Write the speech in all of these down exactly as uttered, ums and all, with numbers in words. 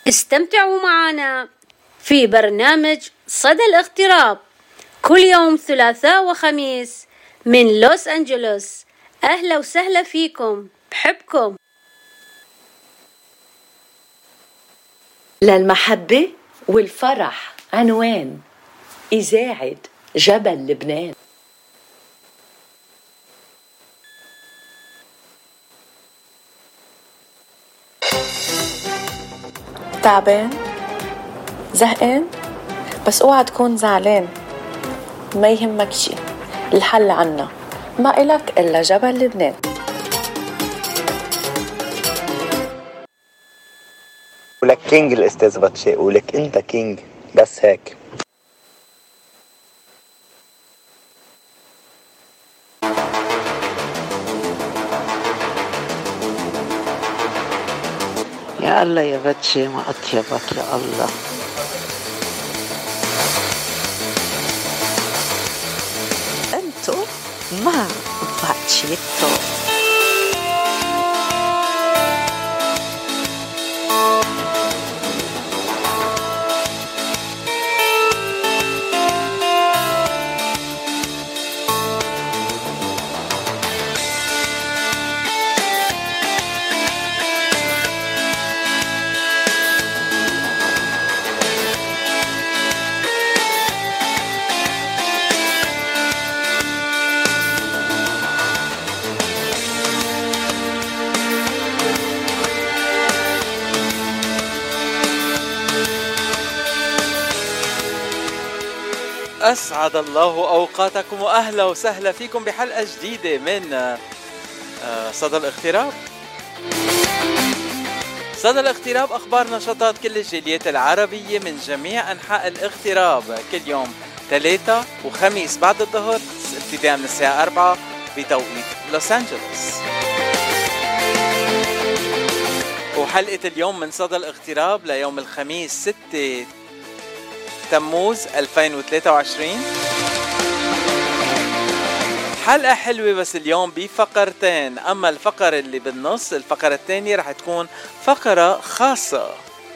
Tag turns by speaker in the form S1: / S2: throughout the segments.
S1: استمتعوا معنا في برنامج صدى الاغتراب كل يوم ثلاثاء وخميس من لوس أنجلوس. أهلا وسهلا فيكم، بحبكم.
S2: للمحبة والفرح عنوان إذاعة جبل لبنان.
S3: تعبان؟ زهقان؟ بس اوعى تكون زعلان، ما يهمك شي، الحل عنا، ما إلك إلا جبل لبنان.
S4: ولك كينج الأستاذ باتشي، ولك أنت كينج، بس هيك.
S5: يا الله يا باتشي، ما أطيبك يا الله. أنتو مع باتشيتو.
S6: أسعد الله أوقاتكم وأهلا وسهلا فيكم بحلقة جديدة من صدى الاغتراب. صدى الاغتراب أخبار نشاطات كل الجاليات العربية من جميع أنحاء الاغتراب كل يوم ثلاثة وخميس بعد الظهر ابتداء من الساعة أربعة بتوقيت لوس أنجلوس. وحلقة اليوم من صدى الاغتراب ليوم الخميس ستة تموز ألفين وثلاثة وعشرين. حلقة حلوة بس اليوم بفقرتين، أما الفقرة اللي بالنص الفقرة الثانية رح تكون فقرة خاصة.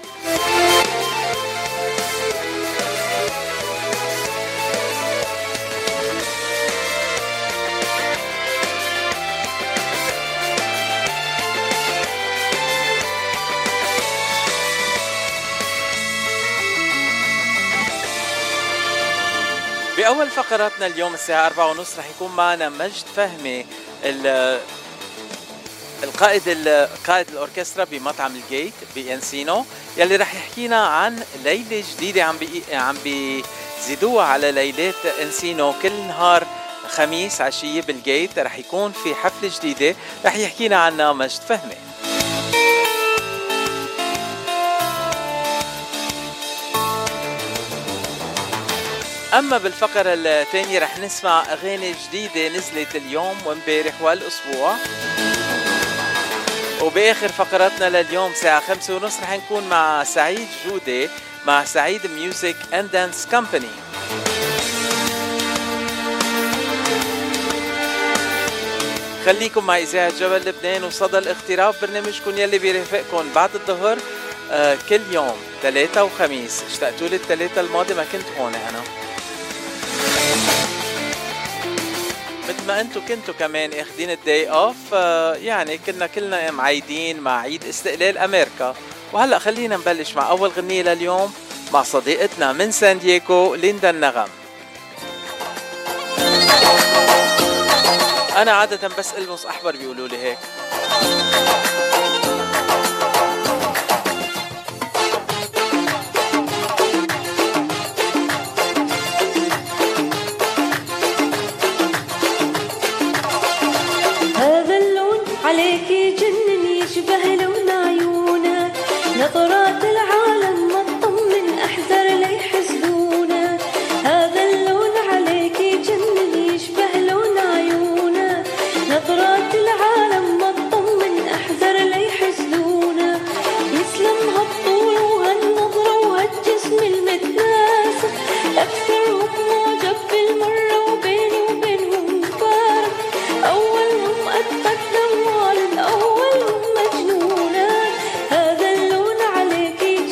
S6: بأول فقراتنا اليوم الساعة أربعة ونص رح يكون معنا مجد فهمي القائد القائد الأوركسترا بمطعم الجيت بإنسينو، يلي رح يحكينا عن ليلة جديدة عم بي عم بيزيدوها على ليلات إنسينو كل نهار خميس عشية بالجيت. رح يكون في حفلة جديدة رح يحكينا عنها مجد فهمي. أما بالفقرة الثانية رح نسمع أغاني جديدة نزلت اليوم وامبارح والأسبوع. وبآخر فقراتنا لليوم ساعة خمسة ونص رح نكون مع سعيد جودة مع سعيد ميوزك اند دانس كومباني. خليكم مع إذاعة جبل لبنان وصدى الاغتراب، برنامجكم يلي بيرافقكم بعد الظهر آه كل يوم ثلاثة وخميس. اشتقتوا لي الثلاثة الماضي ما كنت هون أنا، مثل ما انتو كنتوا كمان اخدين الداي اوف، يعني كنا كلنا معيدين مع عيد استقلال امريكا. وهلأ خلينا نبلش مع اول غنية لليوم مع صديقتنا من سان دييغو ليندا النغم. انا عادة بس المس احمر بيقولوا لي هيك.
S7: عليكي جنن يشبه لون عيونه، نظرات العالم ما تطمن احذر لي يحسدونه. هذا اللون عليكي جنن يشبه لون عيونه، نظرات العالم ما تطمن احذر لي يحسدونه. يسلم هالطول وهالنظرة وهالجسم المتناسق، اكثرهم معجب بالمرة وبيني وبينهم فارق. اولهم اتقدم الأول مجنونة، هذا اللون عليكي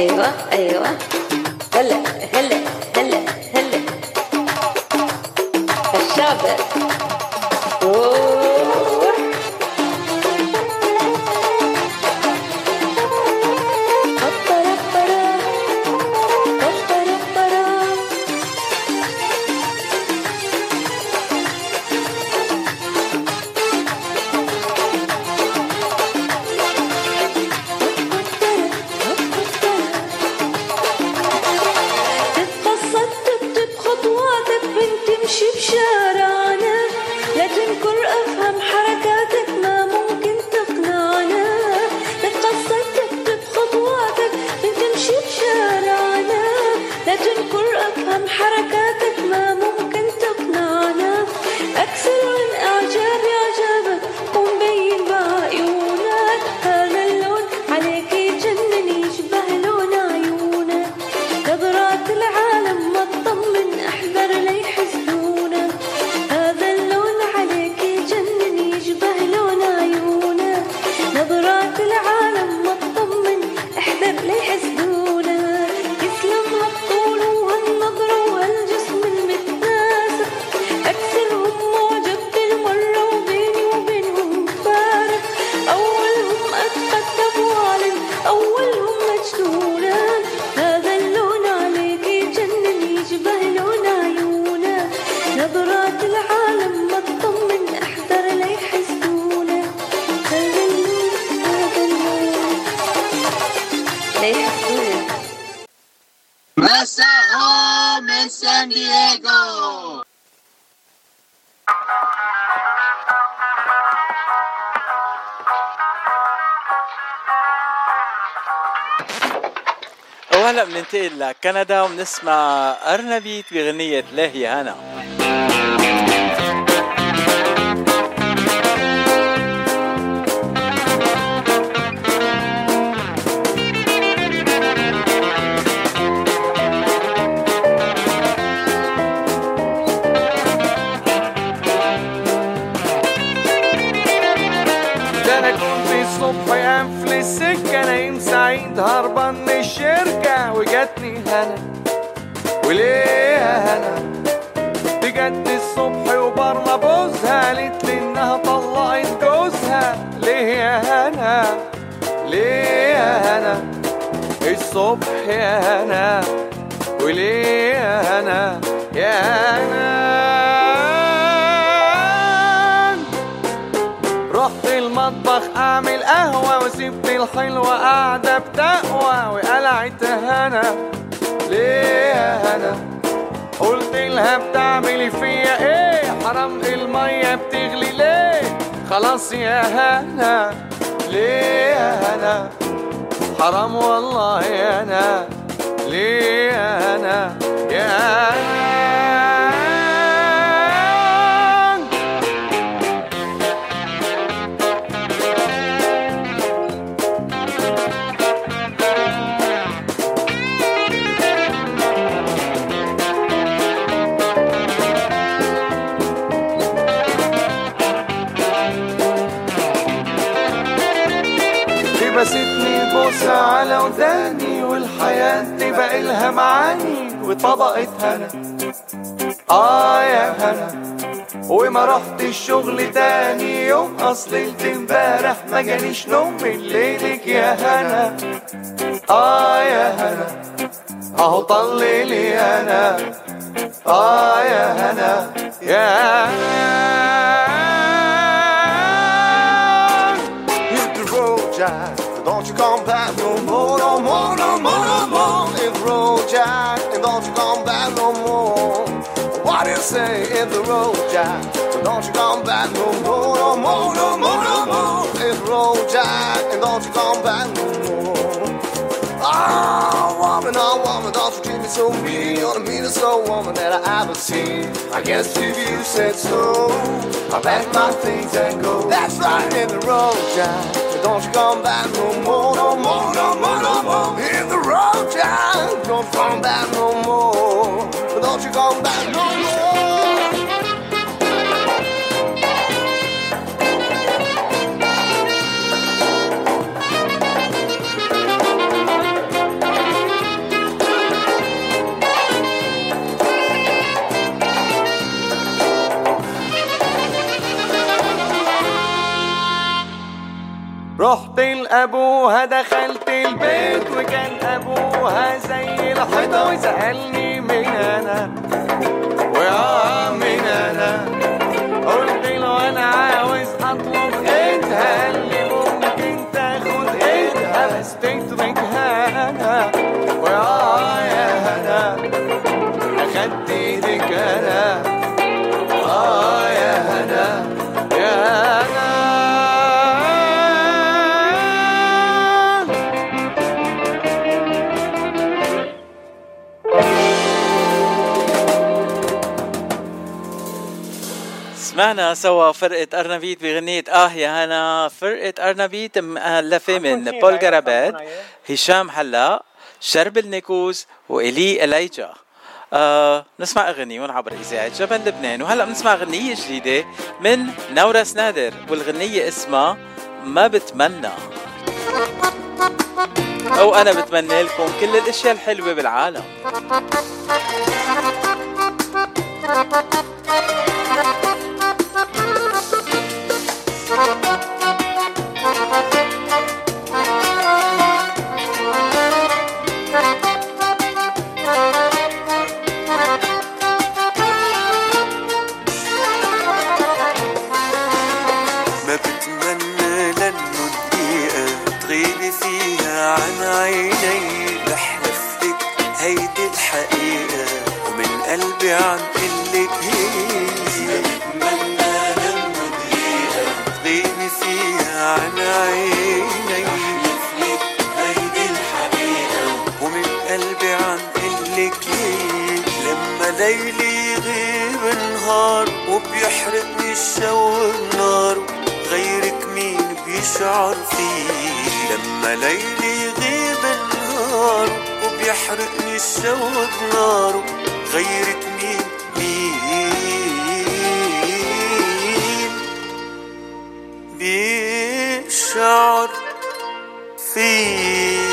S1: ايوه ايوه هلا هلا هلا هلا الشابر
S8: Masahome in San Diego.
S6: وهلا بننتقل لكندا وبنسمع أرنبيت بغنية لاهي هنا.
S9: نايم سعيد هربان من الشركة وجاتني هنا وليه يا هنا بجد الصبح وبرمى بوزها قالت لي انها طلقت جوزها. ليه يا هنا ليه يا هنا الصبح يا هنا وليه يا هنا يا هنا. رحت المطبخ اعمل قهوة وسبت الحلوة قاعدة بتقوى وقلعت هنا. ليه يا هنا قلت لها بتعملي فيا ايه حرام المية بتغلي ليه خلاص يا هنا. ليه يا هنا حرام والله يا هنا. ليه يا هنا يا هنا. لبستني بوسة على وداني والحياة تبقى إلها معاني وطبقت هنا. آه يا هنا وما رحت الشغل تاني يوم أصلت امبارح ما جانيش نوم من ليلك يا هنا. آه يا هنا أهو طللي هنا. آه يا هنا يا هنا.
S10: Don't you come back no more, no more, no more, no more. Hit the road, Jack, and don't you come back no more. What do you say? Hit the road, Jack, so don't you come back no more, no more, no more, no more. Hit the road, Jack, and don't you come back no more. Oh, woman, oh, woman, don't you treat me so mean. You're the meanest old woman that I ever seen. I guess if you said so, I pack my things and go. That's right, hit the road, Jack. Don't you come back no more, no more, no more, no more. Hit the road, Jack. Don't come back no more. Don't you come back no more.
S9: رحت لأبوها دخلت البيت وكان أبوها زي الحيطة وسألني مين أنا ويا مين أنا. قلت له أنا عاوز أطلب إيدها، قال لي ممكن تاخد إيدها بس تتركها ويا يا هنا. أخدت إيدك أنا آه يا هنا يا هنا.
S6: سمعنا سوا فرقة أرنبيت بغنية آه يا هنا. فرقة أرنبيت مؤلفة من بول جرابات، هشام حلاق، شرب النيكوز، وإلي إليجا. آه نسمع أغنيون عبر إذاعة جبل لبنان. وهلأ بنسمع غنية جديدة من نورس نادر، والغنية اسمها ما بتمنى، أو أنا بتمنى لكم كل الأشياء الحلوة بالعالم.
S11: ما بتمنى لأنه دقيقة تغيبي فيها عن عيني، بحلف لك هيدي الحقيقة ومن قلبي عم قلك هي. ما بتمنى لأنه دقيقة تغيبي فيها عن عيني، بحلف لك هيدي الحقيقة ومن قلبي عم قلك هي. لما ليلي يغيب نهار وبيحرقني الشوق بناره، غيرك مين بيشعر فيه. لما ليلي يغيب النهار وبيحرقني الشوق بناره، غيرك مين مين بيشعر فيه.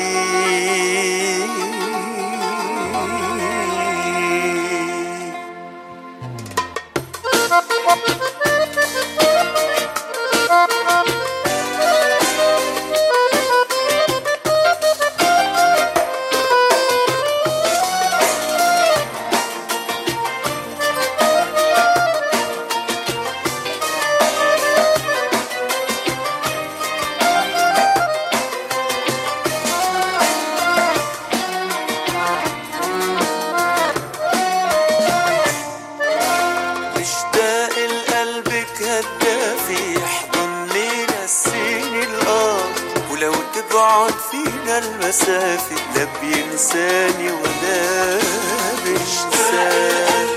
S11: مشتاق لقلبك هالدافي يحضني نسيني الآه، ولو تبعد فينا المسافة لا بينساني ولا بينساني.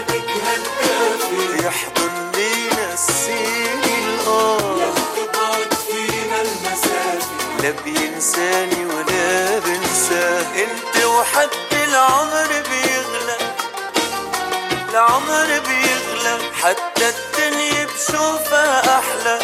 S11: يحضني نسيني الآه، لو تبعد فينا المسافة لا بينساني ولا بنساه. انت وحد العمر بيغلى، العمر بيغلى، حتى الدنيا بشوفها أحلى،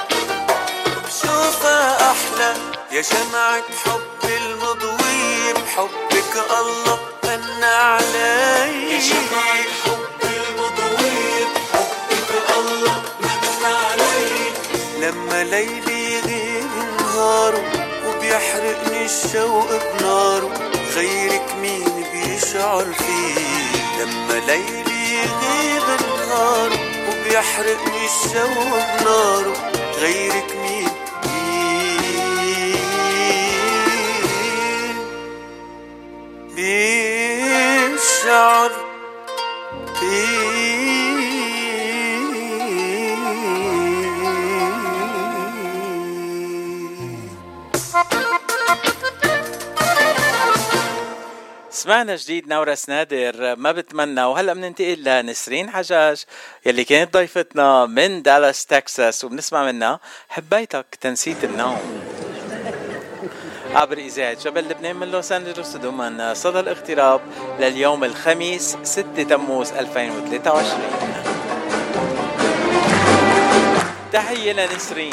S11: بشوفها أحلى. يا شمعة حب المضوية بحبك الله من علي. يا شمعة حب المضوية بحبك الله من علي. لما ليلي يغيب نهاره وبيحرقني الشوق بناره، غيرك مين بيشعر فيه. لما ليلي يغيب النهار وبيحرقني الشوق بناره، غيرك مين مين بيشعر فيه.
S6: سمعنا جديد نورس نادر ما بتمنى. وهلأ بننتقل لنسرين حجاج يلي كانت ضيفتنا من دالاس تكساس، وبنسمع منها حبيتك تنسيت النوم عبر إذاعة جبل لبنان من لوس أنجلوس. ضمن صدى الاغتراب لليوم الخميس ستة تموز ألفين وثلاثة وعشرين. تحية لنسرين.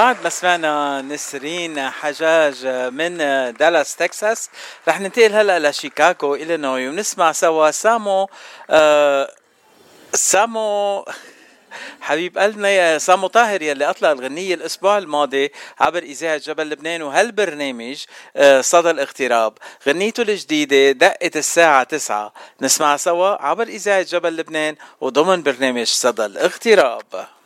S6: بعد ما سمعنا نسرين حجاج من دالاس تكساس، رح ننتقل هلا لشيكاغو إلينوي ونسمع سوا سامو آه سامو حبيب قلبنا سامو طاهر يلي أطلق الغنية الأسبوع الماضي عبر إذاعة جبل لبنان، وهالبرنامج صدى الاغتراب غنيته الجديدة دقت الساعة تسعة. نسمع سوا عبر إذاعة جبل لبنان وضمن برنامج صدى الاغتراب.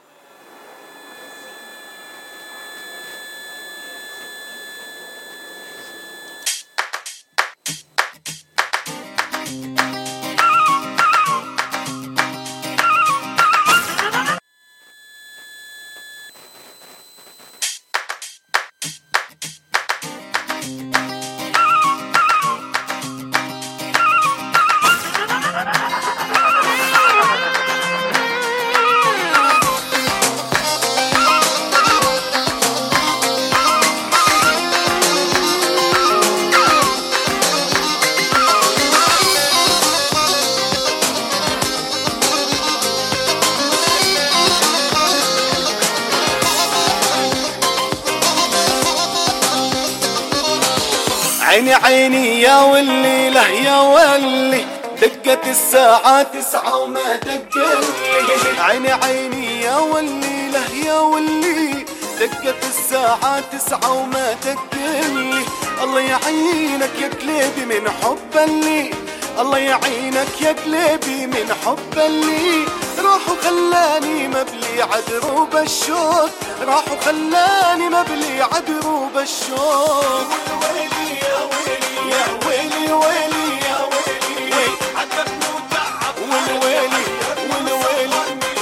S12: عيني عيني يا ولي له يا ولي دقت الساعة تسعة وما دقلي. عيني عيني يا ولي له يا ولي دقت الساعة تسعة وما دقلي. الله يعينك يا قلبي من حب اللي، الله يعينك يا قلبي من حب اللي راح وخلاني مبلي عدروب الشوق، راح وخلاني مبلي عدروب الشوق. ويلي يا ويلي يا ويلي ويلي يا ويلي عذبني وتعب والويلي والويلي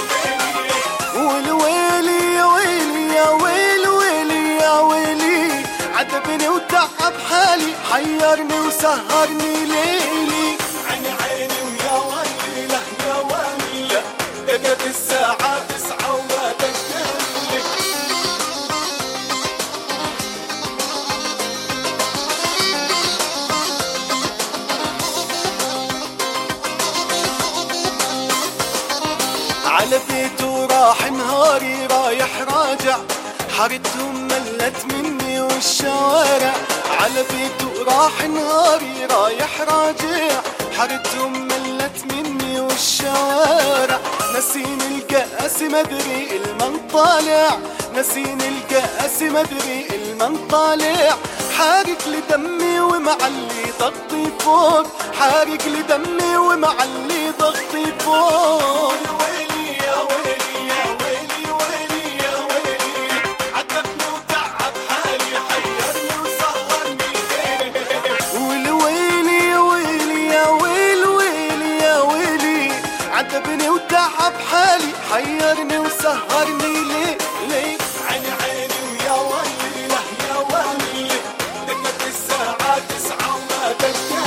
S12: والويلي يا ويلي يا ويلي ويلي يا ويلي عذبني وتعب حالي حيرني وسهرني ليلي. عيني عيني ويا ويلي له يا ويلي دقت الساعة تسعة وما دقلي. على بيته راح نهاري رايح راجع، حارتهم ملت مني والشوارع. على بيته راح نهاري رايح راجع، حارتهم ملت مني والشوارع. نسيني القاس مدري المن طالع، نسيني القاس مدري المن طالع. حارق لدمي ومعلي ضغطي فوق، حارق لدمي ومعلي ضغطي فوق. ويلي يا ويلي يا ويلي ويلي يا ويلي عذبني وتعب حالي حيرني وسهرني والويلي يا ويلي يا ويلي ويلي يا ويلي عذبني وتعب حالي حيرني وسهرني ليه ليه. عيني عيني ويا ويلي له يا ويلي دقت الساعة تسعة وما دقلي.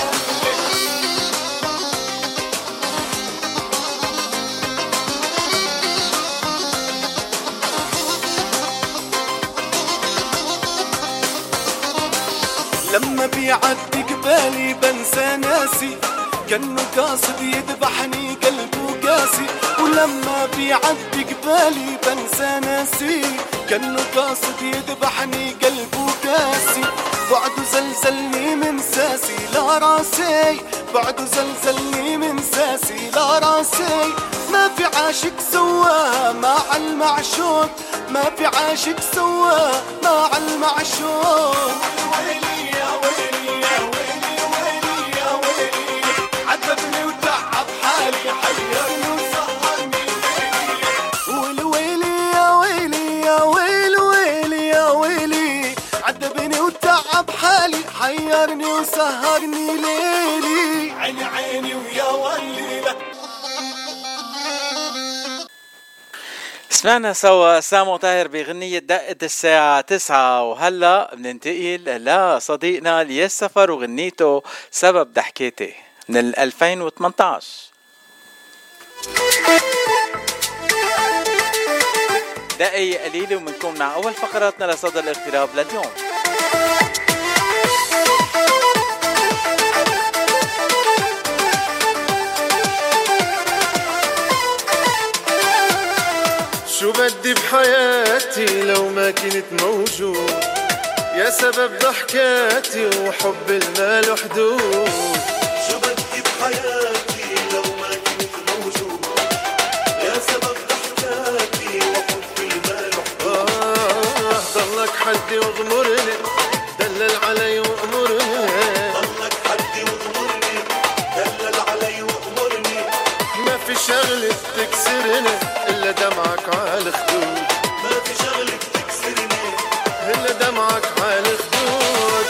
S12: لما بيعدي قبالي بنسى ناسي، كأنه قاصد يذبحني قلبه قاسي. ولما بيعدي قبالي بنسى ناسي، كأنه قاصد يذبحني قلبه قاسي. بعده زلزلني من ساسي لا راسي، بعده زلزلني من ساسي لا راسي. ما في عاشق سواها مع المعشوق، ما في عاشق سواها مع المعشوق. ويلي يا ويلي يا ويلي ويلي يا ويلي عذبني وتعب حالي حيرني وسهرني والويلي يا ويلي يا ويلي ويلي يا ويلي عذبني وتعب حالي حيرني وسهرني ليلي. عيني عيني ويا ويلي لك.
S6: سمعنا سوا سامو طاهر بغنية دقت الساعة تسعة، وهلأ بننتقل لصديقنا الياس سفر وغنيته سبب ضحكاتي من ألفين وثمانية عشر. دقايق قليلة ومنكم مع أول فقراتنا لصدى الاغتراب لليوم.
S12: شو بدي بحياتي لو ما كنت موجود؟ يا سبب ضحكاتي وحب المال وحدود.
S13: شو بدي بحياتي لو ما كنت موجود؟ يا سبب ضحكاتي وحب المال وحدود.
S12: آه ضلك حدي واغمرني، دلل علي وامرني.
S13: ضلك حدي واغمرني، دلل علي وامرني.
S12: ما في شغلة تكسرني إلا دمعك على الخدود.
S13: ما في شغلة تكسرني
S12: إلا دمعك على الخدود.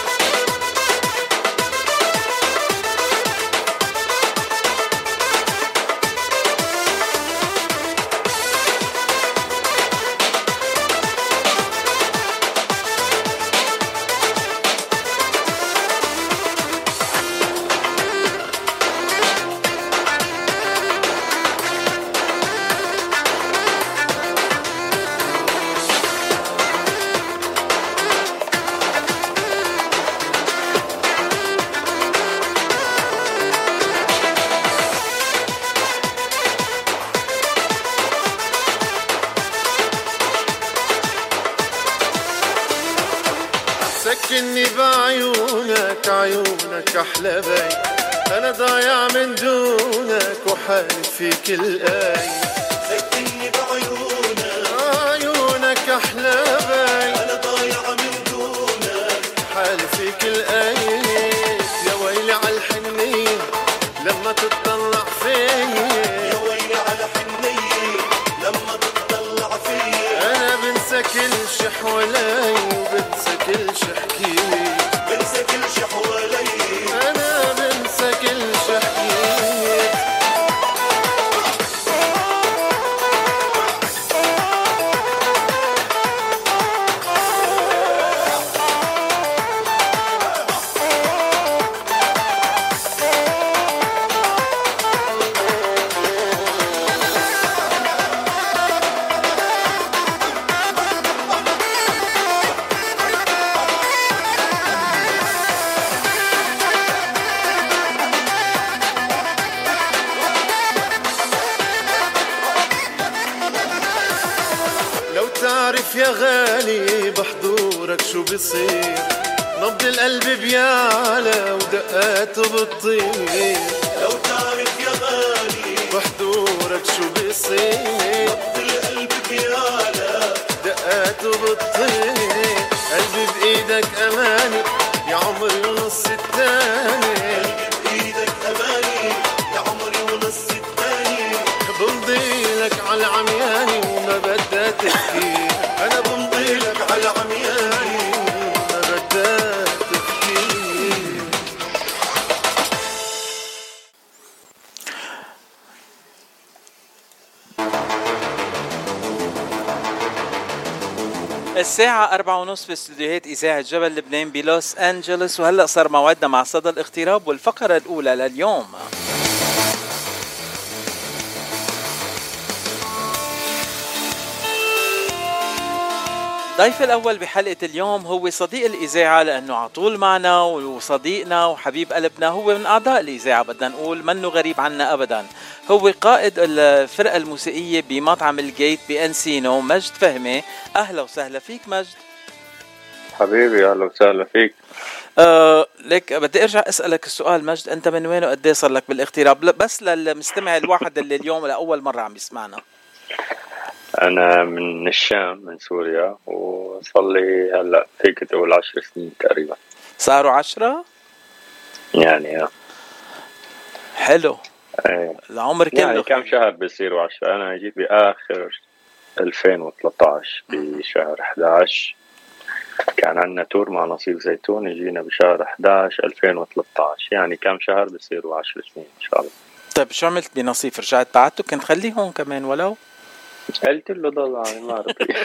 S12: سكني بعيونك، عيونك أحلى بي. أنا ضايع من دونك وحالي فيك الآي.
S13: سكني بعيونك،
S12: عيونك أحلى بي.
S13: أنا ضايع من دونك
S12: حالي فيك الآي. يا ويلي عالحنين لما تتطلع فيي.
S13: يا ويلي على حنية لما تتطلع فيي.
S12: أنا بنسى كل شي حوالي وبنسى كل شي حكيلي.
S13: بنسى كل شي حوالي.
S12: أنا بنسى كل شي حكيلي. تعرف يا غالي بحضورك شو بصير. نبض القلب بيعلى ودقاته بتطير.
S13: لو تعرف يا غالي
S12: بحضورك شو بصير.
S13: نبض القلب بيعلى
S12: دقاته بتطير. قلبي بإيدك أماني يا عمري ونص التاني.
S13: قلبي بإيدك أماني يا عمري ونص التاني.
S12: بمضيلك على عمياني وما بدها تفكير. أنا بمضيلك على عمياني وما بدها تفكير.
S6: الساعة أربعة ونص في استوديوهات إذاعة جبل لبنان بلوس أنجلوس، وهلأ صار موعدنا مع صدى الاغتراب والفقرة الأولى لليوم. ضيف الأول بحلقة اليوم هو صديق الإذاعة، لأنه عطول معنا وصديقنا وحبيب قلبنا. هو من أعضاء الإذاعة، بدنا نقول منه غريب عنا أبدا. هو قائد الفرقة الموسيقية بمطعم الجيت بأنسينو، مجد فهمي. أهلا وسهلا فيك مجد.
S14: حبيبي أهلا وسهلا فيك.
S6: أه لك بدي ارجع اسالك السؤال مجد، انت من وين وقد ايه صار لك بالاغتراب؟ بس للمستمع الواحد اللي اليوم لاول مره عم يسمعنا.
S14: أنا من الشام، من سوريا، وصار لي هلا فيك تقول عشر سنين تقريبا.
S6: صاروا عشرة؟
S14: يعني اه
S6: حلو.
S14: ايه
S6: العمر كله
S14: يعني كم شهر بيصيروا عشرة. أنا جيت بآخر ألفين وثلاثة عشر بشهر أحد عشر، كان عندنا تور مع نصيب زيتون، جينا بشهر أحد عشر ألفين وثلاثة عشر، يعني كم شهر بيصيروا عشر سنين إن شاء الله.
S6: طيب شو عملت بنصيب؟ رجعت بعدته؟ كنت خليه هون كمان ولو؟
S14: قلت له ضل يعني ما رضي.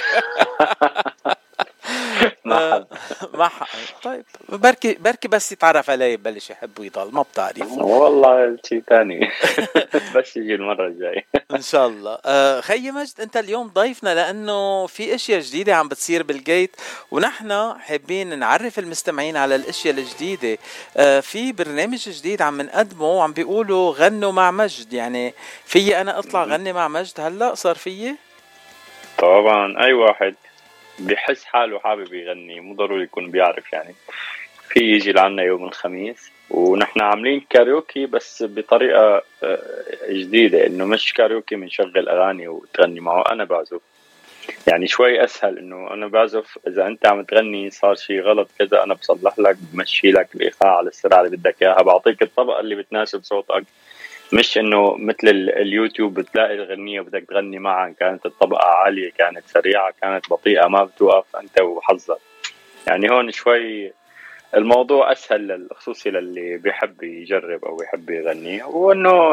S6: ما ما حق. طيب بركي بركي بس يتعرف علي ببلش يحب ويضل، ما بتعرف
S14: والله شيء ثاني. بس يجي المرة الجاية
S6: ان شاء الله. آه خي مجد، انت اليوم ضيفنا لانه في اشياء جديدة عم بتصير بالجيت، ونحن حابين نعرف المستمعين على الاشياء الجديدة. آه في برنامج جديد عم نقدمه وعم بيقولوا غنوا مع مجد، يعني في انا اطلع غني مع مجد. هلا صار فيي
S14: طبعا أي واحد بيحس حاله حابب يغني مو ضروري يكون بيعرف، يعني في يجي لعنا يوم الخميس ونحن عاملين كاريوكي بس بطريقة جديدة، إنه مش كاريوكي بنشغل أغاني وتغني معه. أنا بعزف يعني شوي أسهل، إنه أنا بعزف إذا أنت عم تغني صار شي غلط كذا أنا بصلح لك، بمشي لك الإيقاع على السرعة اللي بدك إياها، بعطيك الطبقة اللي بتناسب صوتك. مش إنه مثل اليوتيوب بتلاقي الغنية بدك تغني معها، كانت الطبقة عالية كانت سريعة كانت بطيئة ما بتوقف أنت وحظك. يعني هون شوي الموضوع أسهل خصوصي للي بيحب يجرب أو يحب يغني، وإنه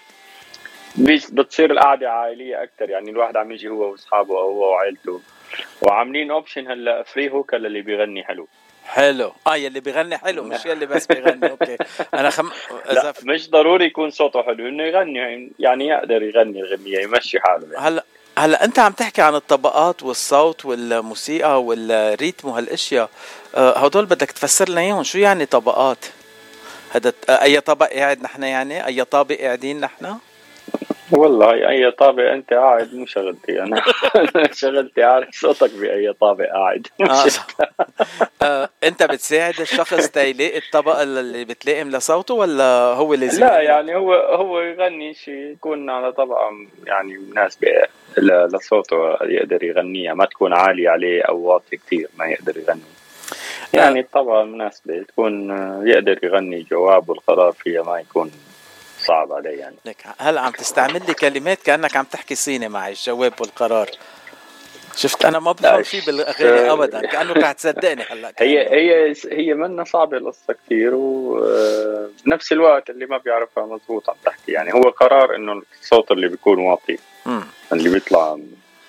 S14: بتصير القعدة عائلية أكتر. يعني الواحد عم يجي هو وأصحابه أو هو وعائلته، وعاملين أوبشن هلا فري هوكا للي بيغني حلو.
S6: حلو اه يلي بيغني حلو مش يلي بس بيغني. اوكي انا خم...
S14: لا مش ضروري يكون صوته حلو انه يغني، يعني يقدر يغني الغنية يمشي حاله يعني.
S6: هلا هلا انت عم تحكي عن الطبقات والصوت والموسيقى والريتم وهالاشياء، آه هدول بدك تفسر لنا اياهم. شو يعني طبقات؟ هذا اي طبق قاعد نحن، يعني اي طابق قاعدين نحن؟
S14: والله اي طابق انت قاعد مو شغلتي انا. شغلتي عارف صوتك باي طابق قاعد.
S6: آه. آه، انت بتساعد الشخص تيلاقي الطبقه اللي بتلائم لصوته ولا هو لازم؟
S14: لا يعني هو هو يغني شيء يكون على طبقه يعني مناسبه لصوته يقدر يغنيها، ما تكون عاليه عليه او واطي كتير ما يقدر يغني. يعني الطبقه مناسبه تكون يقدر يغني جواب والقرار فيها ما يكون صعب عليه. يعني
S6: لك هلا عم تستعمل لي كلمات كأنك عم تحكي صيني معي، الجواب والقرار. شفت انا ما بفهم شيء بالاغاني ابدا، كأنك رح تصدقني هلا.
S14: هي هي هي منا صعبه القصه كثير، وبنفس الوقت اللي ما بيعرفها مزبوط عم تحكي. يعني هو قرار انه الصوت اللي بيكون واطي م. اللي بيطلع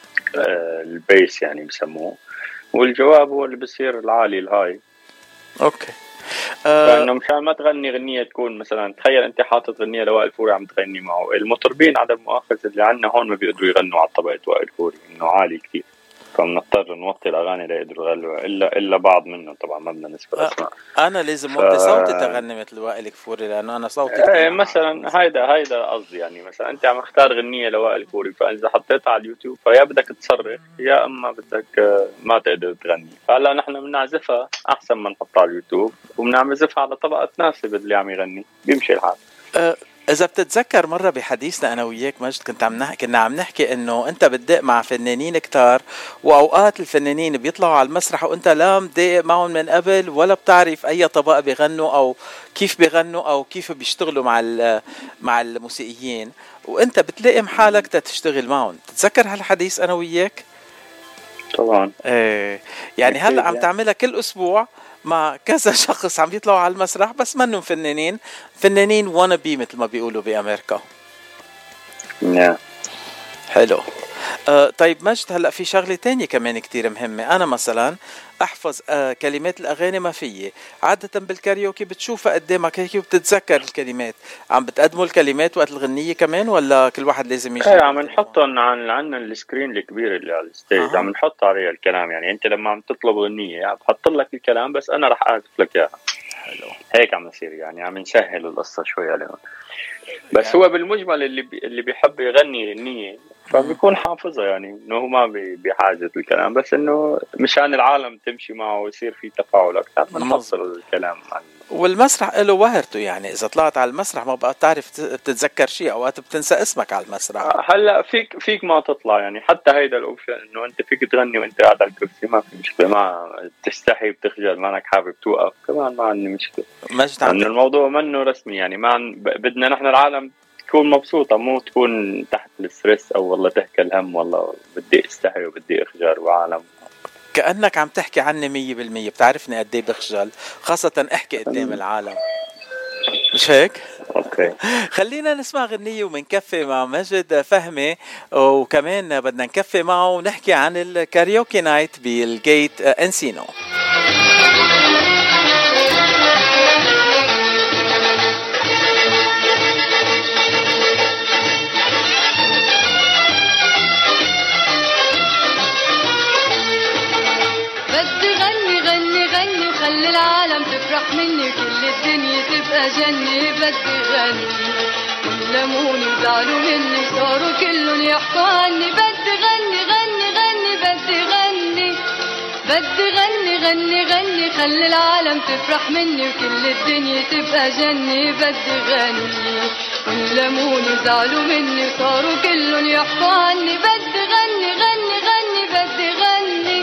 S14: البيس يعني بسموه، والجواب هو اللي بصير العالي الهاي.
S6: اوكي
S14: فانه مشان ما تغني غنية تكون مثلا، تخيل انت حاطط غنية لوائل فوري عم تغني معه، المطربين عدم مؤاخذة اللي عندنا هون ما بيقدروا يغنوا على طبقة وائل فوري انه عالي كتير، فبنضطر نوطي الاغاني ليقدروا يغنوا، الا الا بعض منهم طبعا ما بدنا نذكر اسماء.
S6: انا لازم اوطي ف... صوتي تغني مثل وائل الفوري لانه انا صوتي
S14: ايه مثلا. هيدا هيدا قصدي، يعني مثلا انت عم اختار غنية لوائل فوري، فاذا حطيتها على اليوتيوب فيا بدك تصرخ يا اما بدك ما تقدر تغني. فهلا نحن بنعزفها احسن ما نحطها على اليوتيوب، وبنعزفها على طبقة تناسب اللي عم يغني، بيمشي الحال.
S6: أه إذا بتتذكر مرة بحديثنا أنا وياك مجد كنت عم نحكي كنا عم نحكي إنه أنت بتدق مع فنانين كتار، وأوقات الفنانين بيطلعوا على المسرح وأنت لا مدق معهم من قبل ولا بتعرف أي طبقة بيغنوا أو كيف بيغنوا أو كيف بيشتغلوا مع مع الموسيقيين، وأنت بتلاقي حالك تشتغل معهم. تتذكر هالحديث أنا وياك؟
S14: طبعا.
S6: إيه يعني هلا عم تعملها كل أسبوع مع كذا شخص عم يطلعوا على المسرح بس منهم فنانين فنانين وانا بي مثل ما بيقولوا بأمريكا.
S14: نعم
S6: حلو. آه طيب مجد هلأ في شغلة تانية كمان كتير مهمة. أنا مثلا أحفظ آه كلمات الأغاني ما فيي، عادة بالكاريوكي بتشوفها قدامك هيك وبتتذكر الكلمات. عم بتقدموا الكلمات وقت الغنية كمان ولا كل واحد لازم يجي؟
S14: ايه عم نحطهم عن عنا السكرين الكبير اللي على الستيج. آه. عم نحط عليه الكلام. يعني أنت لما عم تطلب غنية يعني بحط لك الكلام بس أنا رح أعزف لك إياها.
S6: حلو.
S14: هيك عم نصير يعني عم نسهل القصة شوي عليهم. بس يعني هو بالمجمل اللي بي اللي بيحب يغني غنية فبيكون حافظها، يعني انه ما بحاجة الكلام، بس انه مشان العالم تمشي معه ويصير في تفاعل اكثر بنحصل الكلام عن.
S6: والمسرح له وهرته، يعني اذا طلعت على المسرح ما بقى تعرف تتذكر شيء، اوقات بتنسى اسمك على المسرح.
S14: هلا فيك فيك ما تطلع، يعني حتى هيدا الاوبشن انه انت فيك تغني وانت قاعد على الكرسي ما في مشكله، ما تستحي بتخجل ما انك حابب توقف كمان ما عندي مشكله. انه الموضوع منه رسمي، يعني ما بدنا نحن العالم تكون مبسوطة مو تكون تحت الستريس أو والله تحكي الهم والله بدي استحي وبدي أخجل وعالم.
S6: كأنك عم تحكي عني مية بالمية، بتعرفني قد ايه بخجل خاصة احكي قدام العالم، مش هيك؟
S14: اوكي
S6: خلينا نسمع غنية ومنكفي مع مجد فهمي، وكمان بدنا نكفي معه ونحكي عن الكاريوكي نايت بالجيت انسينو.
S7: العالم تفرح مني كل الدنيا تبقى جنة، بدي غني كل لموني زعلوا مني صاروا كلهم يحكوا عني، بدي غني غني غني غني غني خلي العالم تفرح مني وكل الدنيا تبقى جنة بدي غني ولموني زعلوا مني وصاروا كلهم يحكوا عني بدي غني غني غني بدي غني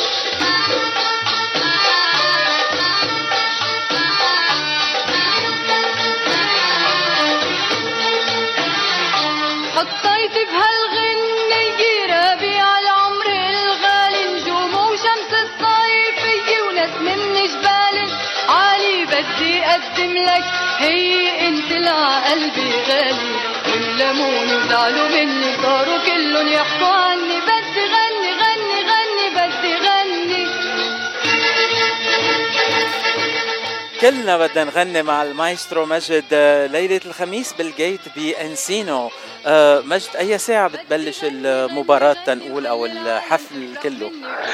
S7: حطيت بهالغنية ربيع العمر الغالي نجوم وشمس الصيفية ونسم من جبال عالي بدي أقدم لك هي انت لقلبي غالي ولموني وزعلوا مني صاروا كلهم يحكوا عني بدي غني غني غني بدي غني
S6: كلنا بدنا نغني مع المايسترو مجد ليلة الخميس بالجيت بانسينو. أه مجد اي ساعة بتبلش المباراة تنقول او الحفل كله؟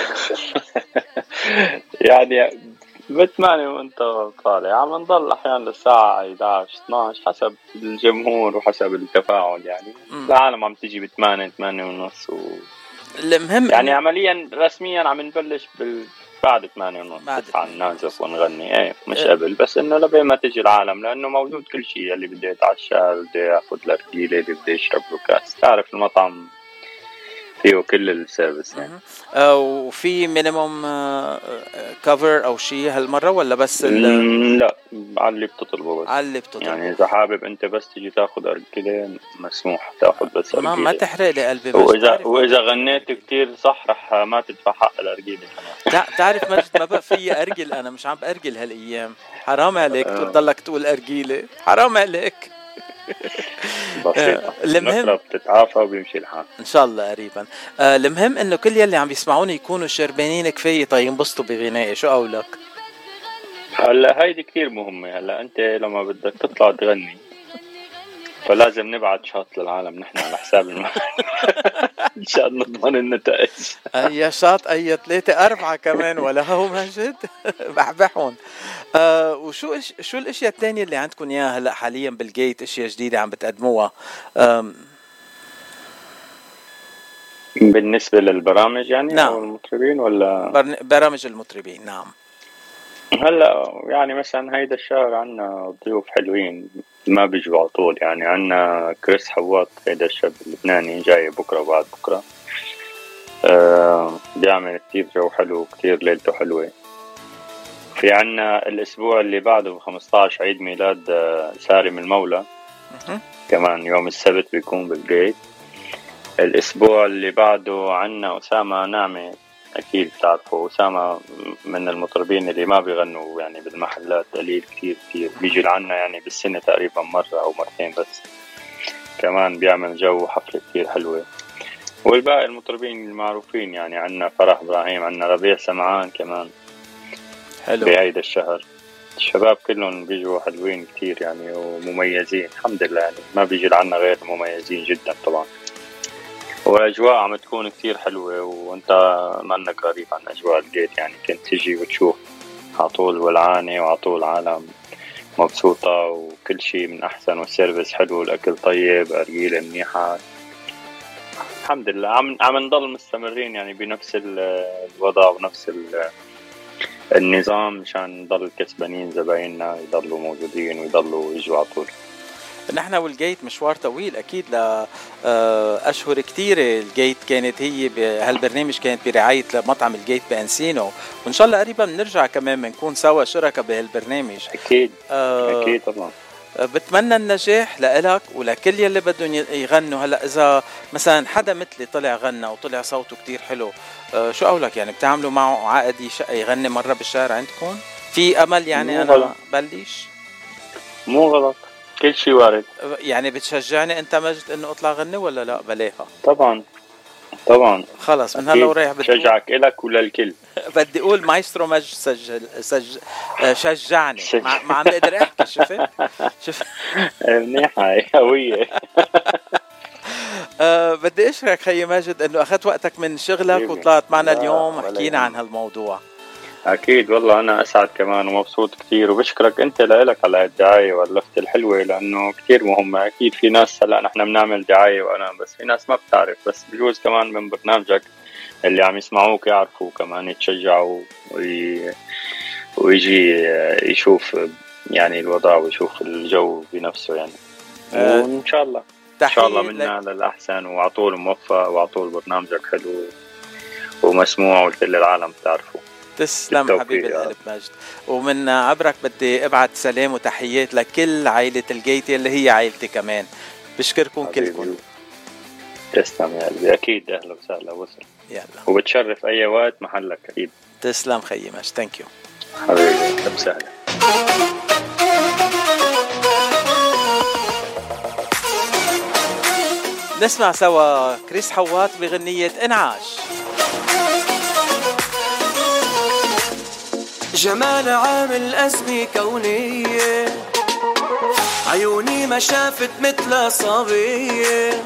S14: يعني بثمانية وانت طالع عم نضل احيانا للساعة إحدى عشر اثني عشر حسب الجمهور وحسب التفاعل. يعني العالم عم تيجي بثمانية ثمانية ونص و...
S6: المهم
S14: يعني عمليا رسميا عم نبلش بال بعد ثمانية ونص تسعة ننازف ونغني ايه مش قبل، بس انه لبين ما تجي العالم لانه موجود كل شيء. اللي بده يتعشى، اللي بده ياخذ الارجيله، اللي بده يشرب له كاس. تعرف المطعم فيه كل السيرفيس يعني.
S6: آه وفي مينيموم كفر او شيء هالمره ولا بس
S14: لا على اللي بتطلبه بس.
S6: على اللي بتطلبه يعني
S14: اذا حابب انت بس تجي تاخذ ارجيله مسموح تاخذ بس
S6: ما, ما تحرق لي قلبي.
S14: واذا واذا غنيت كتير صح رح ما تدفع حق الارجيله كمان.
S6: لا تعرف مجد ما بقى في ارجل، انا مش عم بارجل هالايام. حرام عليك تضلك تقول ارجيله، حرام عليك.
S14: بسيطة. المهم بتتعافى وبيمشي الحال
S6: ان شاء الله قريبا. آه المهم انه كل يلي عم بيسمعوني يكونوا شربانين كفايه طيب ينبسطوا بغنائي. شو قولك؟
S14: هلا هيدي كتير مهمه. هلا انت لما بدك تطلع تغني فلازم نبعت شاط للعالم نحن على حساب المال عشان نضمن النتائج.
S6: اي شاط اي ثلاثة أربعة كمان ولا هو مجد بحبحهم. آه وشو إش شو الاشياء الثانيه اللي عندكم اياها هلا حاليا بالجيت؟ اشياء جديده عم بتقدموها
S14: بالنسبه للبرامج يعني؟
S6: نعم.
S14: او المطربين ولا
S6: برامج المطربين؟ نعم.
S14: هلا يعني مثلا هيدا الشهر عنا ضيوف حلوين ما بيجوا على طول. يعني عنا كريس حوات، هيدا الشاب اللبناني جاي بكره وبعد بكره. آه بيعمل كتير جو حلو، كتير ليلته حلوه. في عنا الاسبوع اللي بعده خمسة عشر عيد ميلاد سارم المولى كمان يوم السبت بيكون بالجيت. الاسبوع اللي بعده عنا اسامه نعمه، اكيد بتعرفوا اسامه من المطربين اللي ما بيغنوا يعني بالمحلات قليل كتير كتير، بيجي لعنا يعني بالسنه تقريبا مره او مرتين بس. كمان بيعمل جو حفله كتير حلوه. والباقي المطربين المعروفين يعني عنا فرح ابراهيم، عنا ربيع سمعان كمان
S6: حلو
S14: بهيدا الشهر. الشباب كلهم بيجوا حلوين كتير يعني ومميزين الحمد لله. يعني ما بيجي لعنا غير مميزين جدا طبعا. والاجواء عم تكون كتير حلوه وانت منك غريب عن اجواء الجيت. يعني كنت تجي وتشوف على طول ولعانه وعلى طول عالم مبسوطه وكل شيء من احسن والسيرفيس حلو والاكل طيب ارجيله منيحه. الحمد لله عم عم نضل مستمرين يعني بنفس الوضع ونفس النظام مشان نضل كسبانين زبايننا يضلوا موجودين ويضلوا يجوا على طول.
S6: نحن والجيت مشوار طويل اكيد لاشهر كثيره. الجيت كانت هي بهالبرنامج كانت برعايه مطعم الجيت بانسينو، وان شاء الله قريبا بنرجع كمان بنكون سوا شركاء بهالبرنامج
S14: اكيد. آه اكيد طبعا.
S6: بتمنى النجاح لإلك ولكل يلي بدهم يغنوا. هلا اذا مثلا حدا مثلي طلع غنى وطلع صوته كتير حلو، أه شو قولك؟ يعني بتعملوا معه عقد يغني مره بالشهر عندكم؟ في امل يعني انا غلط. بلش
S14: مو غلط، كل شيء وارد.
S6: يعني بتشجعني انت مجد انه اطلع غني ولا لا؟ بلاها
S14: طبعا طبعا.
S6: خلص من هلا ورايح
S14: بشجعك إلك وللكل.
S6: بدي اقول مايسترو مجد سجل سج شجعني ما, ما عم بقدر احكي. شوفي شوف
S14: منيحه قويه.
S6: أه بدي اشكرك خيي ماجد انه اخذت وقتك من شغلك وطلعت معنا اليوم وحكينا عن هالموضوع.
S14: اكيد والله انا اسعد كمان ومبسوط كتير وبشكرك انت لك على الدعايه واللفته الحلوه لانه كتير مهمه. اكيد في ناس هلا نحن بنعمل دعايه وانا بس في ناس ما بتعرف، بس بجوز كمان من برنامجك اللي عم يسمعوك يعرفوا كمان يتشجعوا وي... ويجي يشوف يعني الوضع ويشوف الجو بنفسه يعني.
S6: أه
S14: وإن شاء الله إن شاء الله منا للأحسن، وعطول موفق وعطول برنامجك حلو ومسموع وكل العالم بتعرفه.
S6: تسلم حبيبي القلب مجد. ومن عبرك بدي ابعت سلام وتحيات لكل عائلة الجيتي اللي هي عائلتي كمان. بشكركم كلكم.
S14: تسلم يا قلبي. أكيد أهلا وسهلا وصل.
S6: يلا.
S14: وبتشرف أي وقت محلك أكيد.
S6: تسلم خيي مجد. ثانك يو
S14: حبيبي. أهلا وسهلا.
S6: نسمع سوا كريس حوات بغنية انعاش.
S11: جمال عامل أزمة كونية، عيوني ما شافت مثل صبية،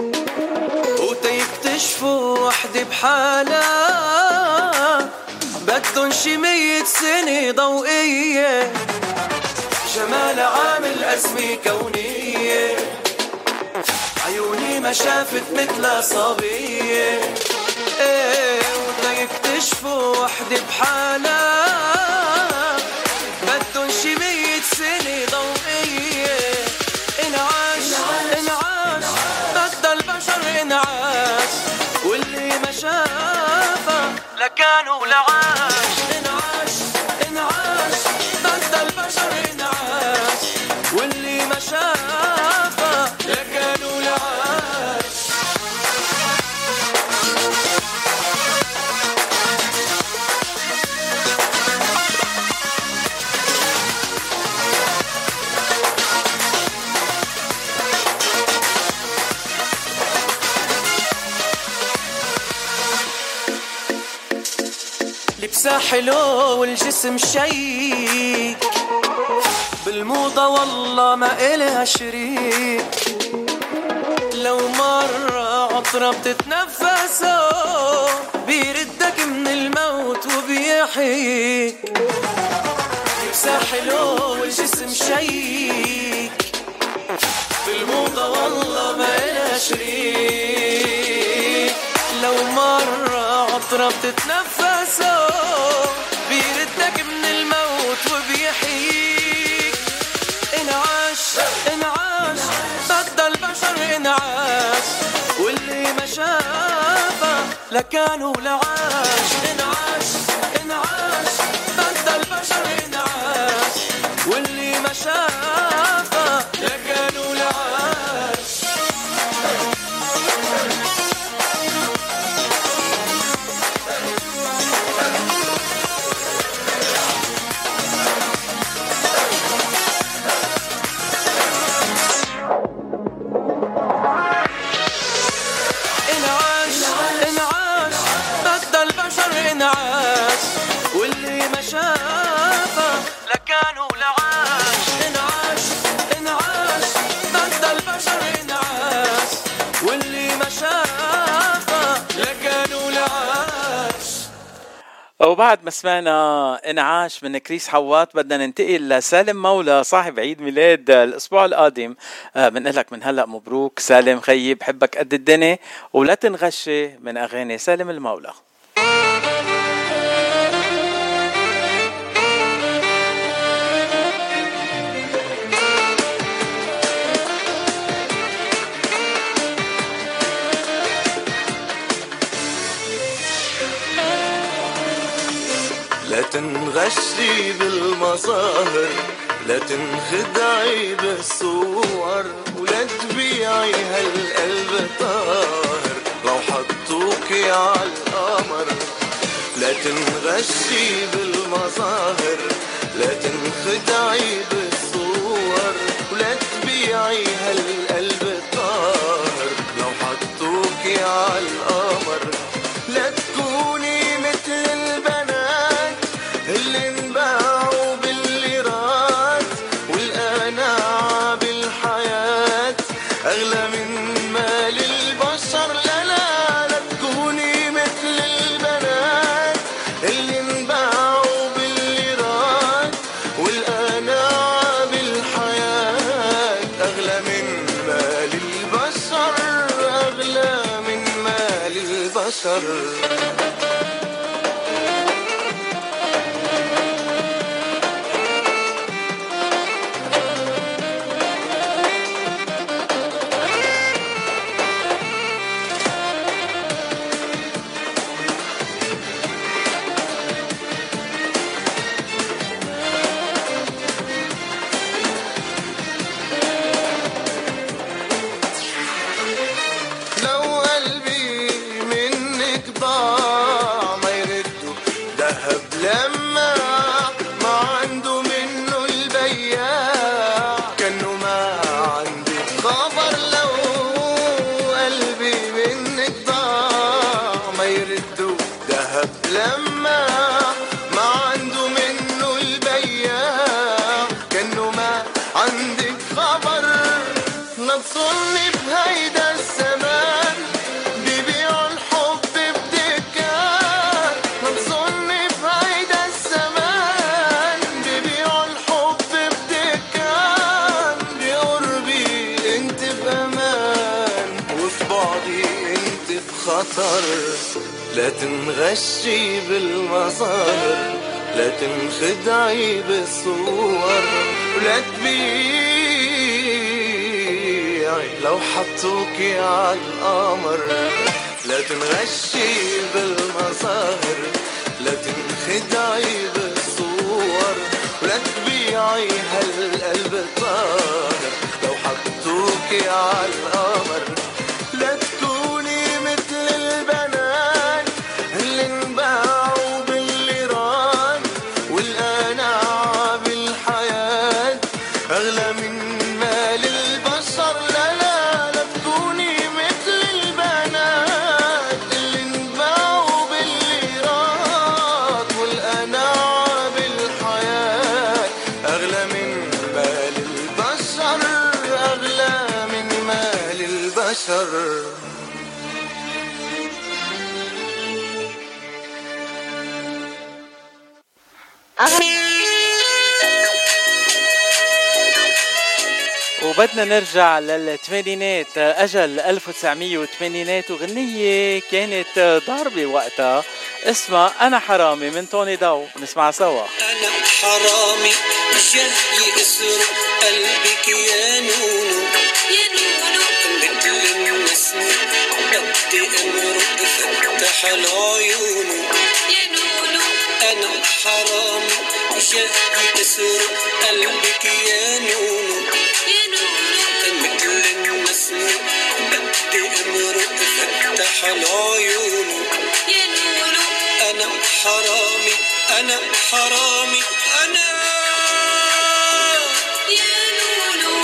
S11: وتيكتشفوا وحدة بحالها بدن شي مية سنة ضوئية. جمال عامل أزمة كونية، عيوني ما شافت مثل صبية، ايه وتيكتشفوا وحدة بحالها بدن شي مية سنة ضوئية. انعاش انعاش بدل البشر انعاش، واللي ما شافها لكانوا لعاش. انعاش انعاش بدل البشر انعاش، واللي ما شافها لكانوا لعاش. لبسها حلو والجسم شيك، بالموضة والله ما إلها شريك. لو مرة عطرة بتتنفسه بيردك من الموت وبيحييك. لبسها حلو والجسم شيك، بالموضة والله ما إلها شريك. لو مرة عطرة بتتنفسه بيردك من الموت وبيحييك. انعاش انعاش بدل البشر انعاش، واللي ما شافها لكانوا لعاش. انعاش انعاش بدل البشر انعاش، واللي ما شافها لكانوا لعاش. واللي ما شافها لكانوا لعاش. انعاش انعاش بدل البشر انعاش، واللي ما شافها لكانوا لعاش.
S6: وبعد ما سمعنا انعاش من كريس حوات بدنا ننتقل لسالم مولى صاحب عيد ميلاد الاسبوع القادم. بنقول لك من هلا مبروك سالم خيي، بحبك قد الدنيا ولا تنغشي من اغاني سالم المولى.
S11: لا تنغشي بالمظاهر، لا تنخدعي بالصور، ولا تبيعي هالقلب طاهر لو حطوكي عالقمر. لا تنغشي بالمظاهر، لا تنخدعي بالصور، ولا تبيعي هالقلب طاهر لو حطوكي عالقمر. لا تكوني مثل البنات اللي انباعوا بالليرات، والقناعة بالحياة أغلى من مال البشر. لا لا لا تكوني مثل البنات اللي انباعوا بالليرات، والقناعة بالحياة أغلى من مال البشر، أغلى من مال البشر.
S12: البشر. لا تنغشي بالمظاهر، لا تنخدعي بالصور، ولا تبيعي لو حطوكي على القمر. لا تنغشي بالمظاهر، لا تنخدعي بالصور، ولا تبيعي هالقلب الطاهر لو حطوكي على القمر. لا تكوني مثل البنات اللي انباعوا بالليران، والقناعة بالحياة أغلى من مال البشر. لا لا لا تكوني مثل البنات اللي انباعوا بالليرات، والقناعة بالحياة أغلى من مال البشر، أغلى من مال البشر.
S6: وبدنا نرجع للثمانينات، أجل ألف وتسعمية وثمانينات، وغنية كانت ضاربة وقتها اسمها أنا حرامي من توني داو. نسمع سوا.
S15: أنا حرامي جاي يسرق قلبك يا نونو يا نونو، مثل النسمة بدي امرق فتح العيونو يا نونو. أنا حرامي جاي يسرق قلبك يا نونو يا نونو، مثل النسمة بدي امرق فتح العيونو يا نونو. أنا حرامي أنا حرامي أنا يا نونو.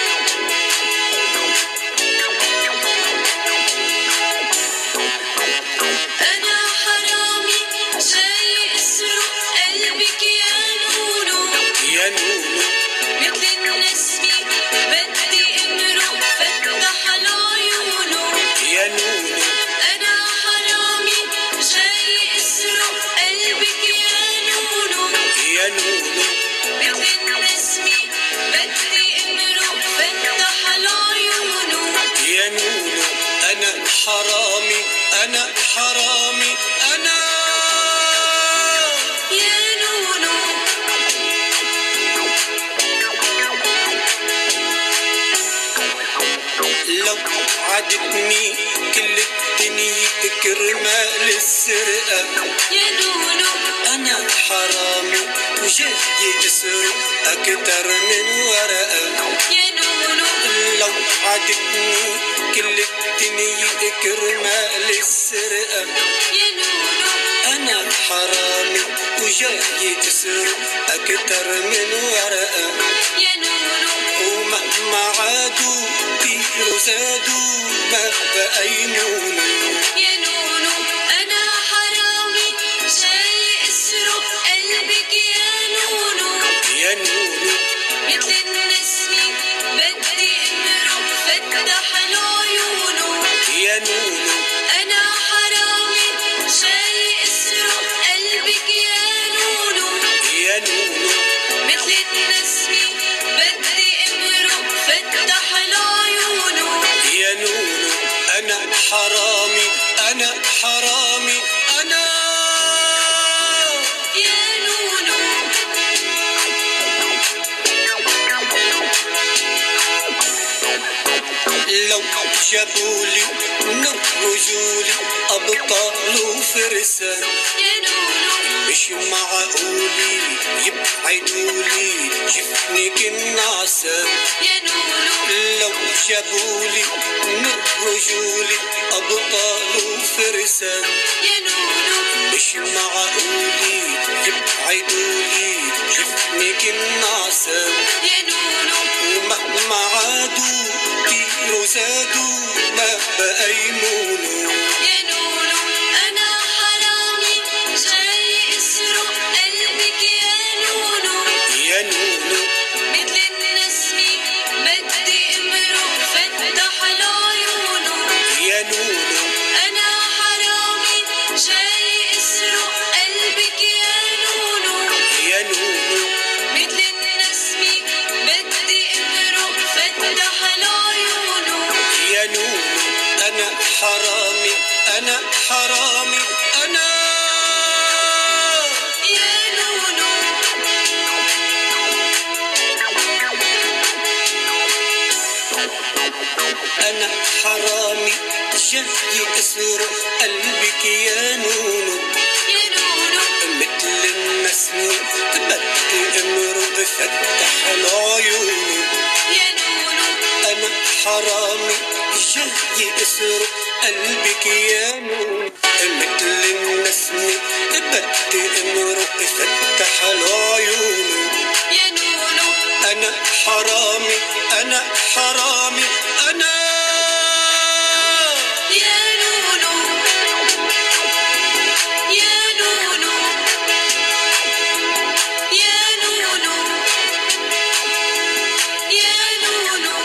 S15: أنا حرامي جاي أسرق قلبك يا نونو يا نونو، مثل النسمة بدي امرق فتح العيونو يا نونو. أنا حرامي جاي أسرق قلبك يا نونو يا نونو، مثل النسمة بدي امرق فتح العيونو يا نونو. أنا حرامي أنا حرامي أنا يا نونو. لو عدتني كل الدنيا كرمال السرقة يا نونو. أنا حرامي وجاي أسرق أكتر من ورقة يا نونو. لو عدتني كل الدنيا كرمال السرقة يا نونو. أنا حرامي وجاي أسرق أكتر من ورقة يا نونو. ومهما عادوا كيلو زادوا ما بقى ينونو يا نونو. أنا حرامي جاي أسرق قلبك يا نونو يا نونو، مثل النسمة بدي امرق فتح العيونو يا نونو. أنا حرامي جاي أسرق قلبك يا نونو يا نونو، مثل النسمة بدي امرق فتح العيونو يا نونو. أنا حرامي أنا حرامي أنا يا نونو لو جابولي من رجولي أبطال وفرسان يا نونو مش معقولي يبعدولي جفني كالنعسان يا نونو لو جابولي من رجولي أبطال وفرسان يا نونو مش معقولي يبعدولي جفني كالنعسان يا نونو ومهما عادوا كيلو زادوا ما بقى يمونوا يا نونو أنا حرامي جاي اسرق قلبك يا نونو يا نونو مثل النسمة بدي امرق فتح العيونو يا نونو أنا حرامي جاي اسرق قلبك يا نونو يا نونو مثل النسمة بدي امرق فتح العيونو يا نونو أنا حرامي أنا حرامي أنا يا نونو أنا حرامي جاي أسرق قلبك يا نونو يا نونو مثل النسمة بدي امرق فتح العيونو يا نونو أنا حرامي جاي أسرق قلبك يا نونو مثل النسمة بدي امرق فتح العيونو يا نونو أنا حرامي أنا حرامي أنا يا نونو يا نونو يا نونو يا نونو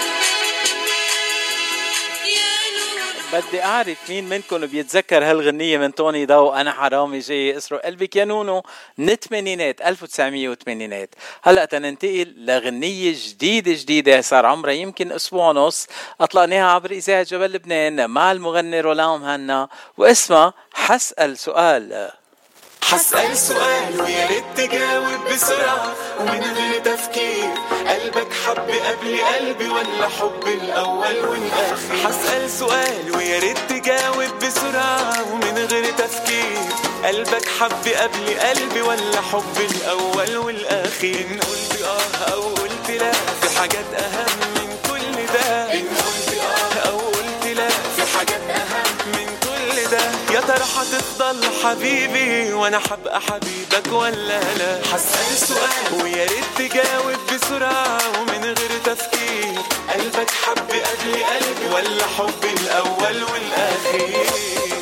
S6: بدي أعرف مين منكم بيتذكر هالغنية من توني داو أنا حرامي جاي أسرق قلبك يا نونو من الثمانينات ألف وتسعمية وثمانينات. هلأ تننتقل لغنية جديدة جديدة صار عمرها يمكن أسبوع ونص أطلقناها عبر إذاعة جبل لبنان مع المغني رولان مهنا واسمها حسأل سؤال.
S16: حسأل سؤال ويا ريت تجاوب بسرعة ومن غير تفكير قلبك حب قبل قلبي ولا حب الأول والآخر. حسأل سؤال ويا ريت تجاوب بسرعة ومن غير تفكير قلبك حب قبل قلبي ولا حب الأول والآخر. إن قلت آه أو قلت لا في حاجات أهم من كل ده. إن قلت آه أو قلت لا في حاجات أهم من كل ده. يا ترى هتفضل حبيبي وانا حبقى حبيبك ولا لا؟ حسأل سؤال ويا ريت تجاوب بسرعة ومن غير تفكير قلبك حب قبل قلبي ولا حب الأول والآخر.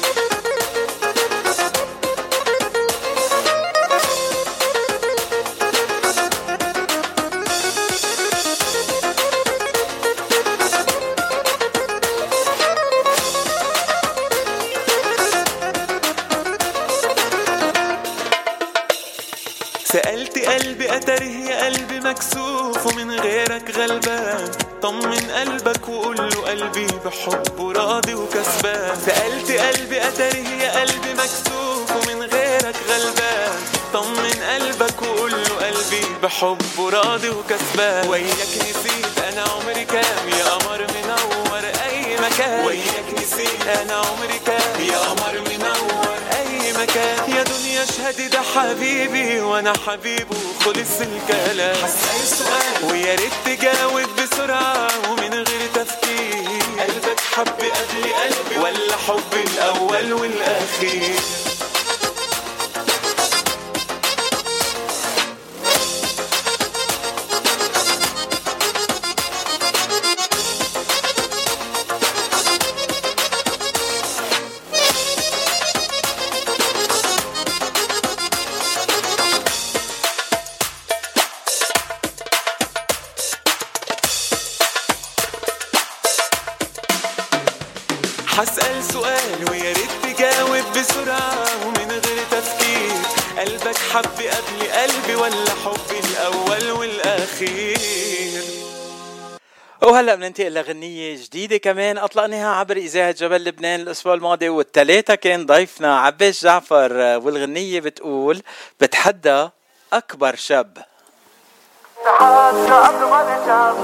S16: سألت قلبي أتريه يا قلبي مكسوف ومن غيرك غلبان. طمن قلبك وقول له قلبي بحبه راضي وكسبان. سألت قلبي أتريه يا قلبي مكسوف ومن غيرك غلبان. طمن قلبك وقول له قلبي بحبه راضي وكسبان. وياك نسيت أنا عمري كام يا قمر منور أي مكان. وياك نسيت أنا عمري كام يا قمر منور أي مكان. يا دنيا اشهدي ده حبيبي وانا حبيبه خلص الكلام. حسأل سؤال ويا ريت تجاوب بسرعة ومن غير تفكير قلبك حب قبل قلبي ولا حب الأول والآخر. حسأل سؤال ويا ريت تجاوب بسرعة ومن غير تفكير قلبك حب قبل قلبي ولا حب الأول والآخر.
S6: وهلا بننتقل لغنية جديدة كمان أطلقناها عبر إذاعة جبل لبنان الأسبوع الماضي، والثلاثة كان ضيفنا عباس جعفر، والغنية بتقول بتحدى أكبر شاب.
S17: بتحدى أكبر شاب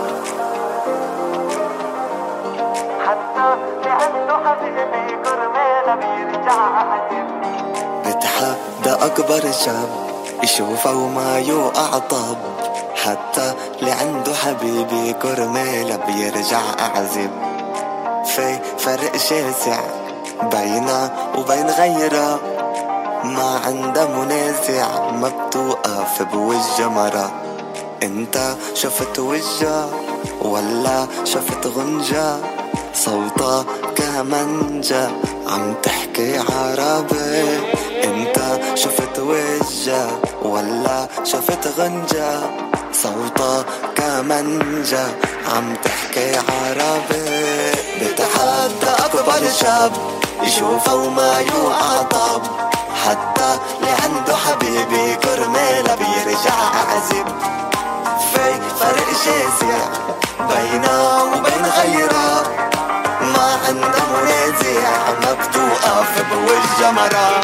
S17: حتى لعنده حبيبي كرمال بيرجع أحد.
S18: بتحدى أكبر شاب يشوفه وما يوقع طب، حتى اللي عنده حبيبي كرمال بيرجع أعزب. في فرق شاسع بينه وبين غيره، ما عنده منازع ما بتوقف بوجه مرة. انت شفت وجه ولا شفت غنجة، صوتها كمنجة عم تحكي عربي. انت شفت وجه ولا شفت غنجة، صوتها كمنجة عم تحكي عربي. بتحدى أكبر شاب يشوفه وما يوقع طب، حتى اللي عنده حبيبي كرمال بيرجع أعزب. في فرق شاسع بينه وبين غيره، ما عنده منازع ما بتوقف بوجه مرة.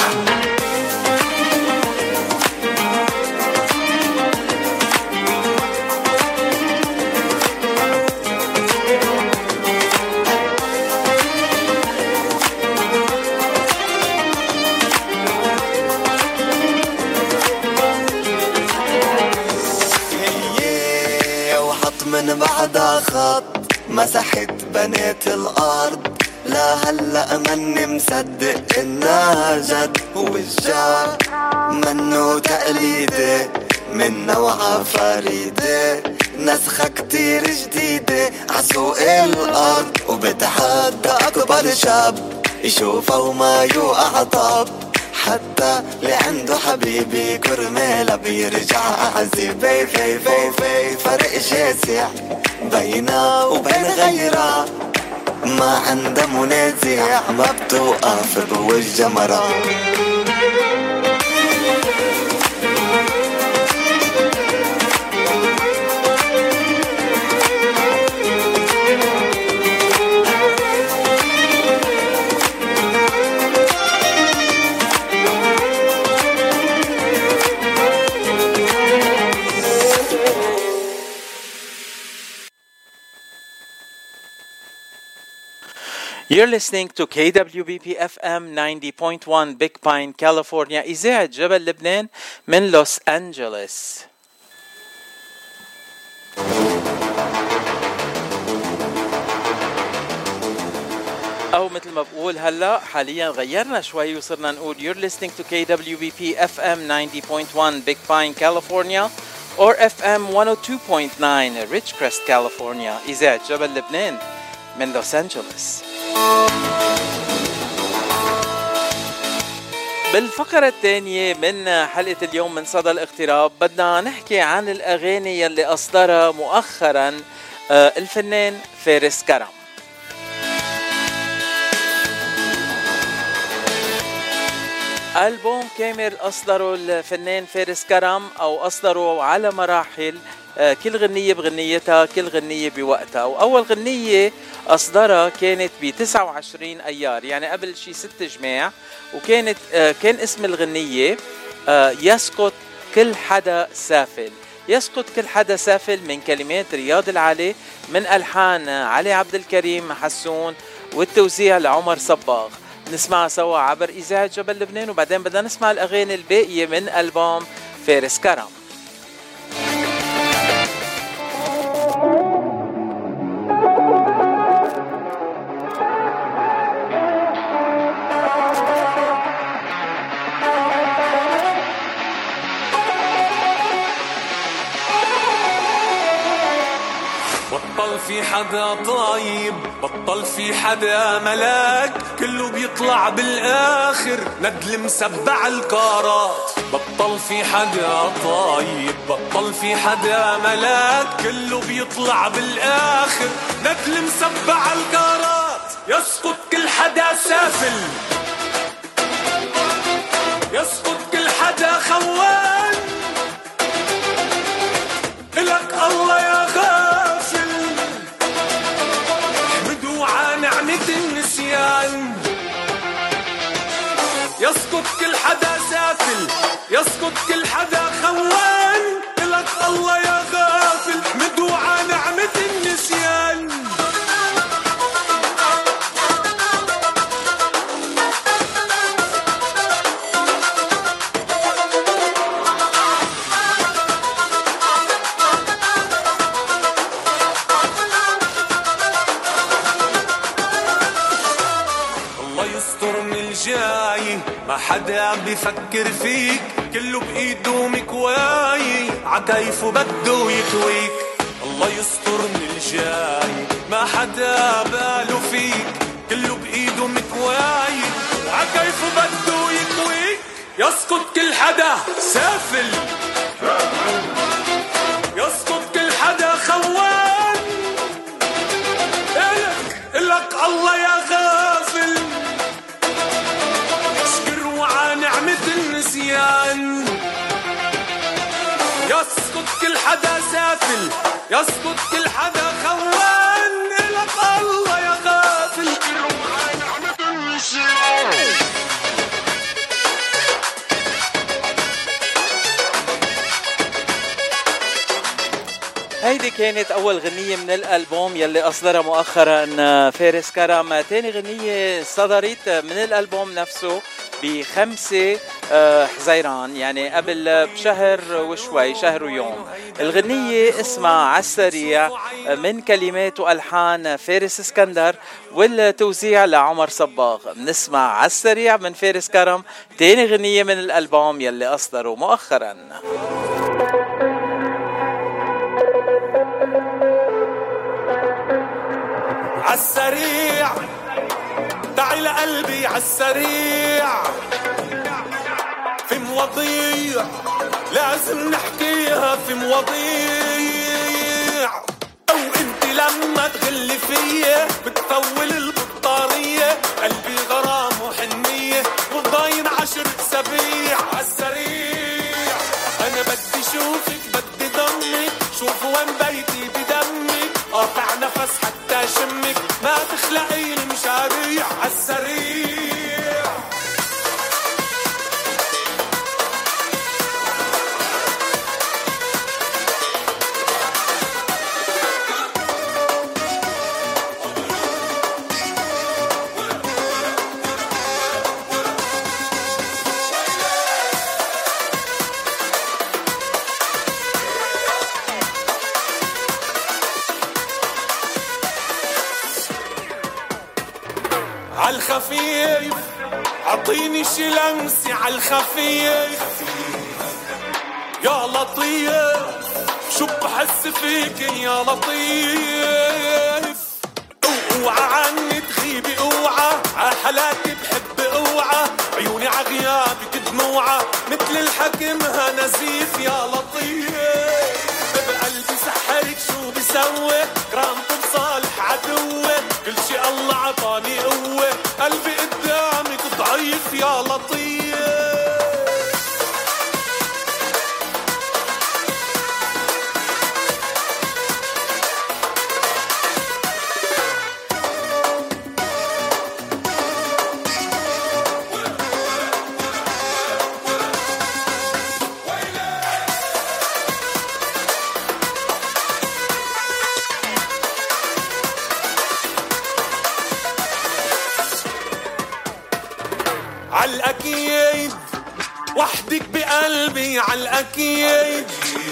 S18: من بعدها خط مسحت بنات الأرض، لا هلأ مني مصدق إنها جد. والجار منه تقليدي من نوعة فريدة، نسخة كتير جديدة عسوق الأرض. وبتحدى أكبر شاب يشوفه وما يوقع طب، حتى اللي عنده حبيبي كرمال بيرجع أعزب. في في في في فرق شاسع بينه وبين غيره، ما عنده منازع ما بتوقف بوجه مرة.
S6: You're listening to K W B P F M ninety point one Big Pine, California, إذاعة جبل لبنان من لوس أنجلوس. أو مثل ما بقول هلا حاليا غيرنا شوي وصرنا نقول You're listening to K W B P F M ninety point one Big Pine, California, or F M one oh two point nine Ridgecrest, California, إذاعة جبل لبنان من لوس أنجلوس. بالفقرة الثانية من حلقة اليوم من صدى الاغتراب بدنا نحكي عن الأغاني يلي أصدرها مؤخرا الفنان فارس كرم. ألبوم كامل أصدره الفنان فارس كرم، أو أصدره على مراحل، كل غنية بغنيتها، كل غنية بوقتها. وأول غنية أصدرها كانت ب تسعة وعشرين أيار، يعني قبل شي ست جماع، وكانت كان اسم الغنية يسقط كل حدا سافل. يسقط كل حدا سافل من كلمات رياض العلي، من ألحان علي عبد الكريم حسون، والتوزيع لعمر صباغ. نسمعها سوا عبر إذاعة جبل لبنان، وبعدين بدنا نسمع الأغاني الباقية من ألبوم فارس كرم.
S16: بطل في حدا طيب، بطل في حدا ملاك، كله بيطلع بالاخر ندل مسبع الكارات. بطل في حدا طيب، بطل في حدا ملاك، كله بيطلع بالاخر ندل مسبع الكارات. يسقط كل حدا سافل، يسقط كل حدا خوان، إلك الله يا غافل
S12: يسكت كل حدا سافل، يسكت كل حدا خوان، إلك الله يا غافل مدوعة نعمة النسيان. ما حدا عم بيفكر فيك، كله بإيده مكواي عكيفه بده يكويك. الله يستر من الجاي، ما حدا باله فيك، كله بإيده مكواي عكيفه بده يكويك. يسكت كل حدا سافل، يسكت كل حدا خوان، إلك إلك الله يا غافل نعمة النسيان. يسكت كل حدا سافل، يسكت كل حدا خوان، إلك الله يا غافل نعمة النسيان.
S6: هيدي كانت أول غنية من الألبوم يلي أصدرها مؤخرا فارس كرم. تاني غنية صدرت من الألبوم نفسه بخمسة حزيران، يعني قبل بشهر وشوي، شهر ويوم. الغنية اسمها عالسريع، من كلمات وألحان فارس اسكندر والتوزيع لعمر صباغ. بنسمع عالسريع من فارس كرم، تاني غنية من الألبوم يلي أصدره مؤخرا.
S12: عالسريع تعي قلبي عالسريع، في مواضيع لازم نحكيها، في مواضيع. او انت لما تغلي فيا بتطول البطارية، قلبي غرام وحنية وضاين عشر اسابيع. عالسريع انا بدي شوفك، بدي ضمك، شوف وين بيتي بدمك، قاطع نفس حتى شمك، ما تخلقي المشاريع. عالسريع عالخفيف عطيني شي لمسي، عالخفيف يا لطيف، شو بحس فيك يا لطيف. اوعى عني تغيبي، اوعى عحلاتي بحب، اوعى عيوني عغيابك دموعة، مثل الحكمها نزيف يا لطيف. بقلبي سحرك شو بسوي، كرامته بصالح عدوه، كل شي الله عطاني قوة، قلبي قدامك ضعيف يا لطيف. عالأكيد وحدك بقلبي، عالأكيد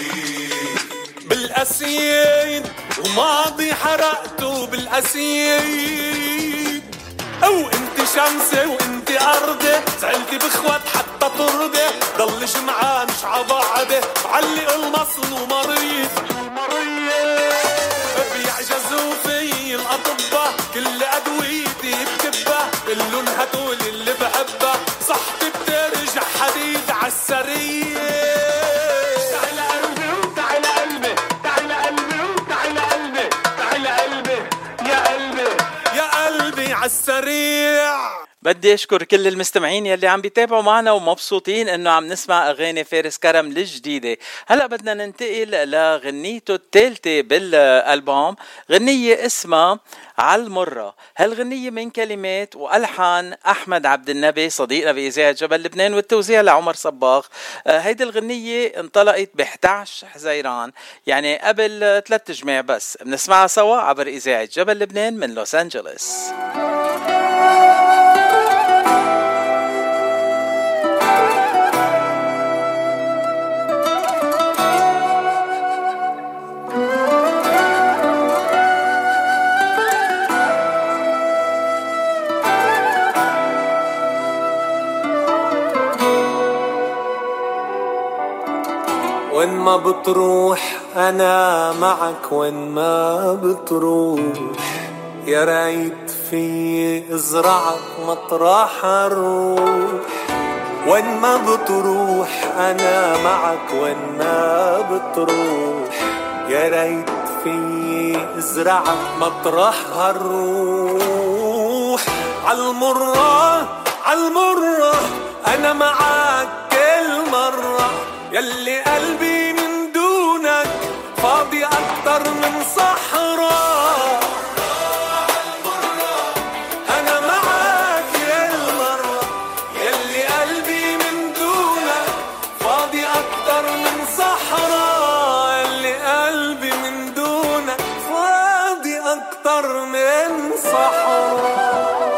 S12: بالأسيد، وماضي حرقته بالأسيد. أو انت شمسي وانت أرضي، زعلتي بخوات حتى ترضي، ضل جمعان مش عبعدي، علق المصل ومريض بيعجزوا في الأطباء، كل أدويتي بكبة، قلن هدول اللي بحبه، صحتي بترجع حديد عالسريع. تعال قلبي وتعال قلبي، تعال قلبي وتعال قلبي، تعال قلبي يا قلبي يا قلبي عالسريع.
S6: بدي اشكر كل المستمعين يلي عم بيتابعوا معنا ومبسوطين انه عم نسمع اغاني فارس كرم الجديده. هلا بدنا ننتقل لغنيته الثالثه بالالبوم، غنيه اسمها عالمره. هالغنيه من كلمات والحان احمد عبد النبي صديقنا باذاعه جبل لبنان، والتوزيع لعمر صباغ. آه هيدي الغنيه انطلقت ب إحدى عشر حزيران، يعني قبل ثلاث جماع بس. بنسمعها سوا عبر اذاعه جبل لبنان من لوس أنجلوس.
S12: وين ما بتروح أنا معك، وين ما بتروح يا ريت في ازرعك مطرح الروح. وين ما بتروح أنا معك، وين ما بتروح يا ريت في ازرعك مطرح الروح. عالمرة عالمرة أنا معك كل مرة، يلي قلبي من دونك فاضي أكتر من صحراء. أنا معك كل مرة، يلي قلبي من دونك فاضي أكتر من صحراء. يلي قلبي من دونك فاضي أكتر من صحراء.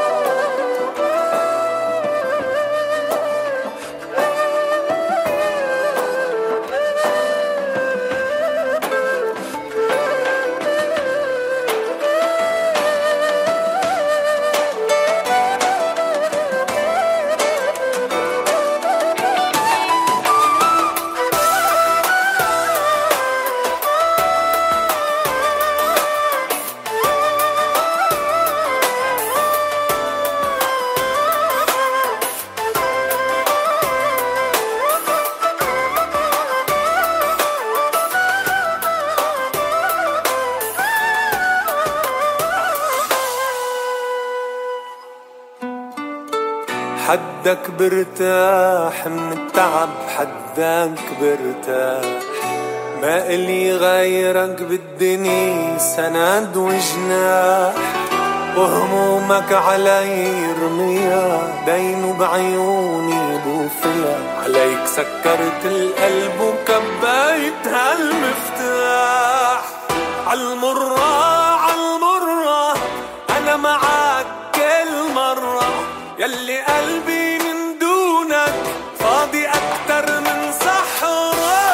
S12: حدك برتاح من التعب، حدك برتاح. ما إلي غيرك بالدنيا سند وجناح. وهمومك علي رميها، دينه بعيوني بوفيها. عليك سكرت القلب وكبيت هالمفتاح. عالمرة عالمرة أنا معك كل مرة، يلي قلبي من دونك فاضي أكتر من صحراء.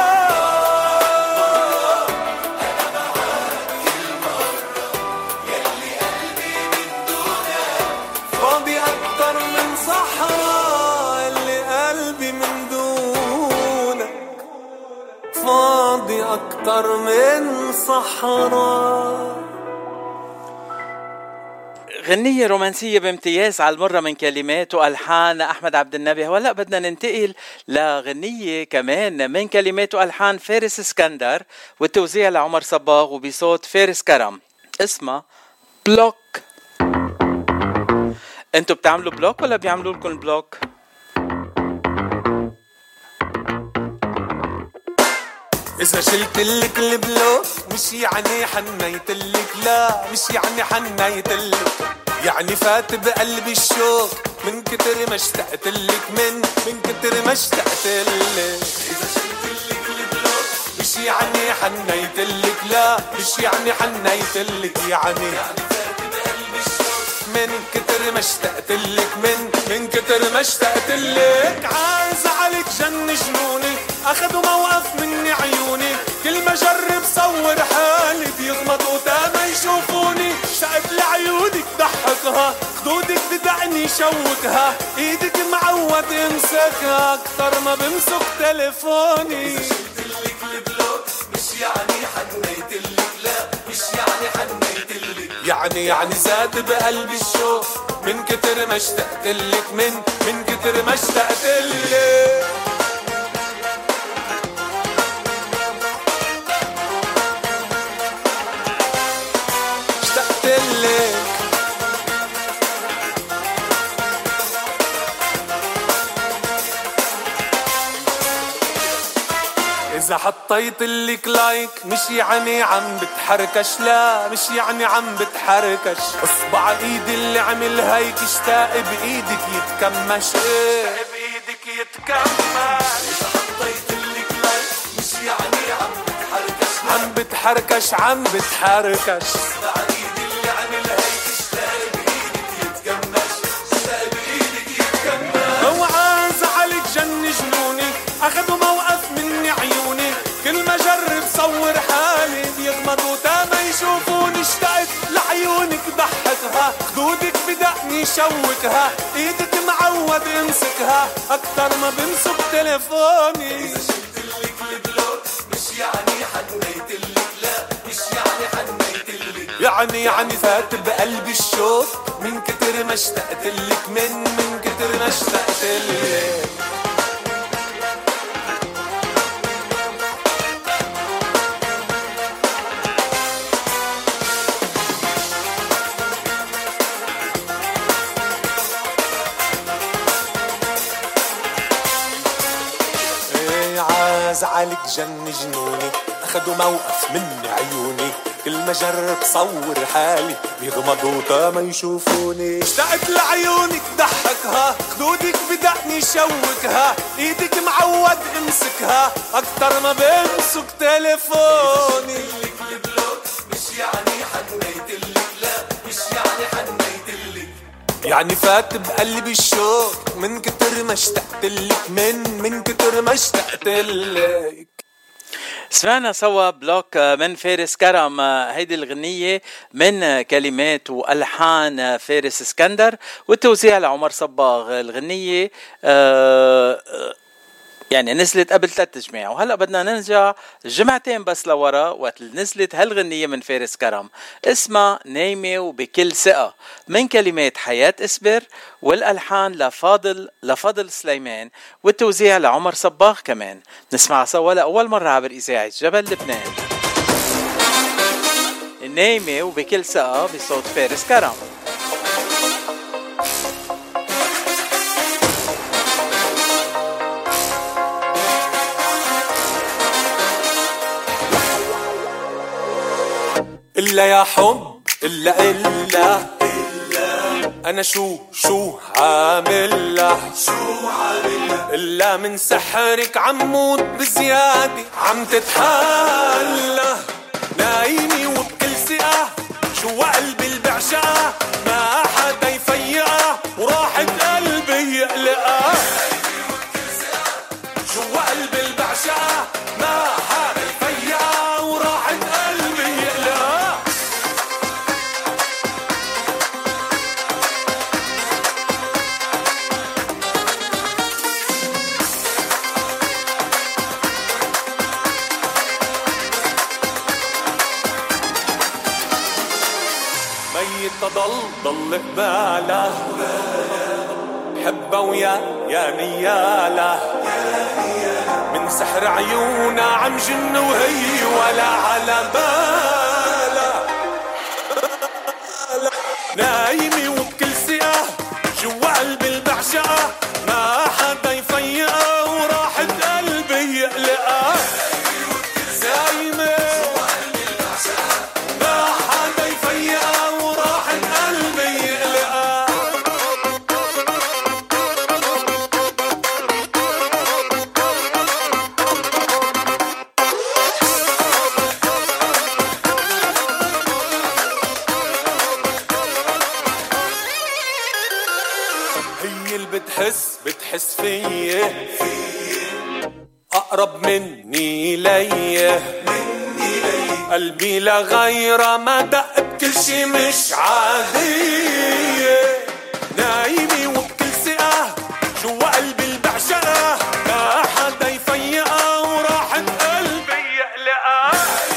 S12: أنا معك كل مرة، يلي قلبي من دونك فاضي أكتر من صحراء. يلي قلبي من دونك فاضي أكتر من صحراء.
S6: غنية رومانسية بامتياز على المرة من كلمات وألحان أحمد عبد النبي. وهلأ بدنا ننتقل لغنية كمان من كلمات وألحان فارس اسكندر، والتوزيع لعمر صباغ وبصوت فارس كرم، اسمها بلوك. انتوا بتعملوا بلوك ولا بيعملوا لكم بلوك؟
S12: إذا شلتلك البلوك مش يعني حنيتلك، لا مش يعني حنيتلك، يعني فات بقلبي الشوق من كتر ما اشتقتلك، من من كتر ما اشتقتلك. إذا شلتلك البلوك مش يعني حنيتلك، لا مش يعني حنيتلك، يعني يعني فات بقلبي الشوق من كتر ما اشتقتلك، من من كتر ما اشتقتلك. عايز عليك جن جنوني، أخدوا موقف مني عيوني، كل ما جرب صور حالي بيغمضوا تاما يشوفوني. شقف لعيونك ضحكها، خدودك بدعني شوكها، ايدك معود امسكها اكتر ما بمسك تليفوني. إذا شلتلك البلوك مش يعني حنيتلك، لا مش يعني حنيتلك، يعني يعني زاد بقلبي الشوق من كتر ما اشتقتلك، من من كتر ما اشتقتلك. إذا حطيت لك لايك مش يعني عم بتحركش، لا مش يعني عم بتحركش. اصبع ايدي اللي عمل هيك اشتاق بايدك يتكمش، ايه بايدك يتكمش. إذا حطيت لك لايك مش يعني عم بتحركش، عم بتحركش عم بتحركش. اصبع ايدي اللي عمل هيك اشتاق بايدك يتكمش، اشتاق بايدك يتكمش. اوعى زعلك جن جنوني، اخذوا موقف مني عيوني، كل ما جرب صور حالي بيغمضوا تا ما يشوفوني. اشتقت لعيونك ضحكها، خدودك بدقني شوكها، ايدك معود امسكها اكتر ما بمسك تليفوني. اذا شلتلك البلوك مش يعني حنيتلك، لا مش يعني حنيتلك، يعني يعني فات بقلبي الشوق من كتر ما اشتقتلك، من من كتر ما اشتقتلك. زعلك جن جنوني، اخدوا موقف من عيوني، كل ما جرب صور حالي بيغمضوا تا ما يشوفوني. اشتقت لعيونك ضحكها، خدودك بدقني شوكها، ايدك معود امسكها اكتر ما بمسك تليفوني. لك البلوك مش يعني حنيتلك، لا مش يعني حنيتلك، يعني فات بقلبي الشوق من كتر ما اشتقتلك، من من كتر ما اشتقتلك.
S6: سمعنا سوا بلوك من فارس كرم. هيدي الغنية من كلمات والحان فارس اسكندر والتوزيع لعمر صباغ. الغنية آه يعني نزلت قبل ثلاث جماع، وهلأ بدنا نرجع جمعتين بس لورا وقت نزلت هالغنية من فارس كرم. اسمها نايمة وبكل ثقة، من كلمات حياة اسبر والألحان لفاضل لفاضل سليمان والتوزيع لعمر صباغ كمان. نسمع سوا لأول مرة عبر إذاعة جبل لبنان. نايمة وبكل ثقة بصوت فارس كرم.
S12: إلا يا حب إلا إلا أنا شو شو عامل له، شو عامل له إلا من سحرك عمود بزيادة عم تتحلى. نايمي وبكل ثقة شو قلبي البعشقة، ما حدا يفيقها وراحت قلبي يقلقها. نايمي وبكل ثقة شو قلبي البعشقة، ما حدا يفيقها وراحت قلبي يقلقها. ميت ضل ضل قباله، حبه ويا يا نياله، من سحر عيونا عم جن وهي ولا على باله. نايمي وبكل ثقة جوا قلبي البعشقة، ما حدا يفيقها وراحت قلبي يقلقها. نايمي جوا قلبي البعشقة، ما حدا يفيقها وراحت قلبي يقلقها. هي اللي بتحس بتحس فيي، أقرب مني ليه، قلبي لغيره ما دق بكل شي مش عادية. نايمي وبكل ثقة جوا قلبي البعشقة، ما حدا يفيقها وراحت قلبي يقلقها.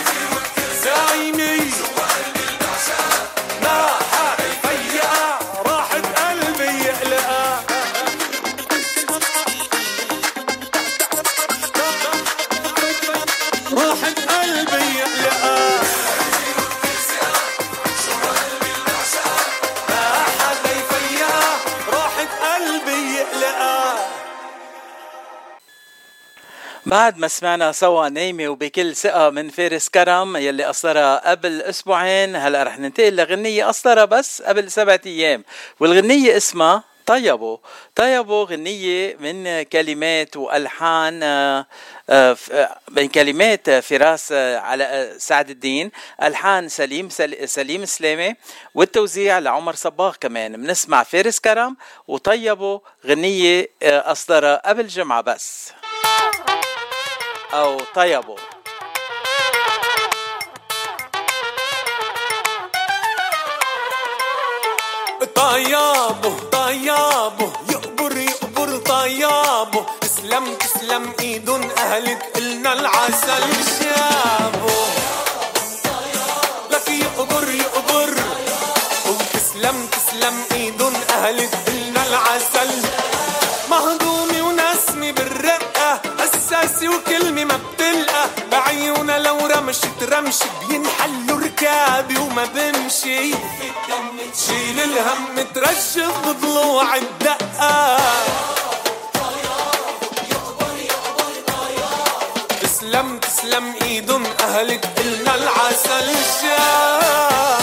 S12: نايمي جوا قلبي البعشقة، ما حدا يفيقها راحت قلبي يقلقها. راحت قلبي يقلقها. ما
S6: بعد ما سمعنا سوا نايمة وبكل ثقة من فارس كرم يلي أصدرها قبل أسبوعين، هلأ رح ننتقل لغنية أصدرها بس قبل سبعة أيام، والغنية اسمها طيبو. طيبو غنية من كلمات وألحان من كلمات فراس على سعد الدين، ألحان سليم سليم سلامة، والتوزيع لعمر صباغ. كمان بنسمع فارس كرم وطيبو غنية أصدرها قبل جمعة بس، أو طيبو.
S12: طيابو طيابو يقبر يقبر طيابو، تسلم تسلم ايدن اهلك قلنا العسل شابو، لك يقبر يقبر وتسلم تسلم ايدن اهلك قلنا العسل، مهضومي ونسمي بالرقة اساسي وكلمة ما بتلقى، بعيونا لو رمشت رمش بينحلوا ركابي وما بمشي، شيل الهم ترشف بضلوع الدقة، تسلم تسلم ايدن اهلك قلنا العسل شاب.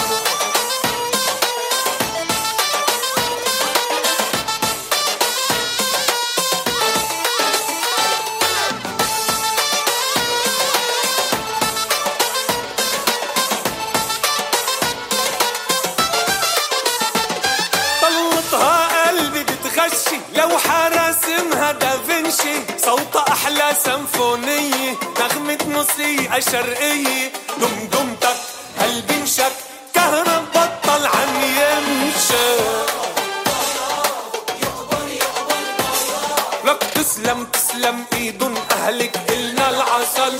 S12: لو حراسمها دافنشي، صوتها أحلى سمفونية، نغمة موسيقى شرقية، دمدمتك قلبي انشك كهرب بطل عم يمشي، لك تسلم تسلم ايدن أهلك قلنا العسل.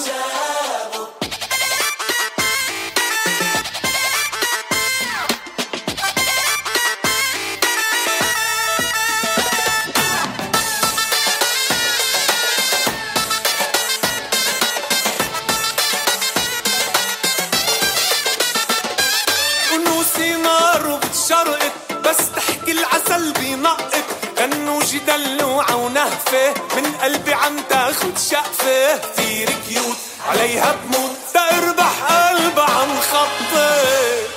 S12: بس تحكي العسل بينقط، غنوجي دلوعة ونهفة، من قلبي عم تاخد شقفة، كتير كيوت عليها بموت، تربح قلبها عم خطط.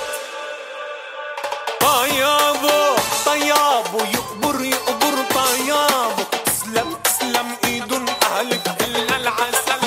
S12: طيابو طيابو يقبر يقبر طيابو، تسلم تسلم ايدن اهلك قلنا العسل،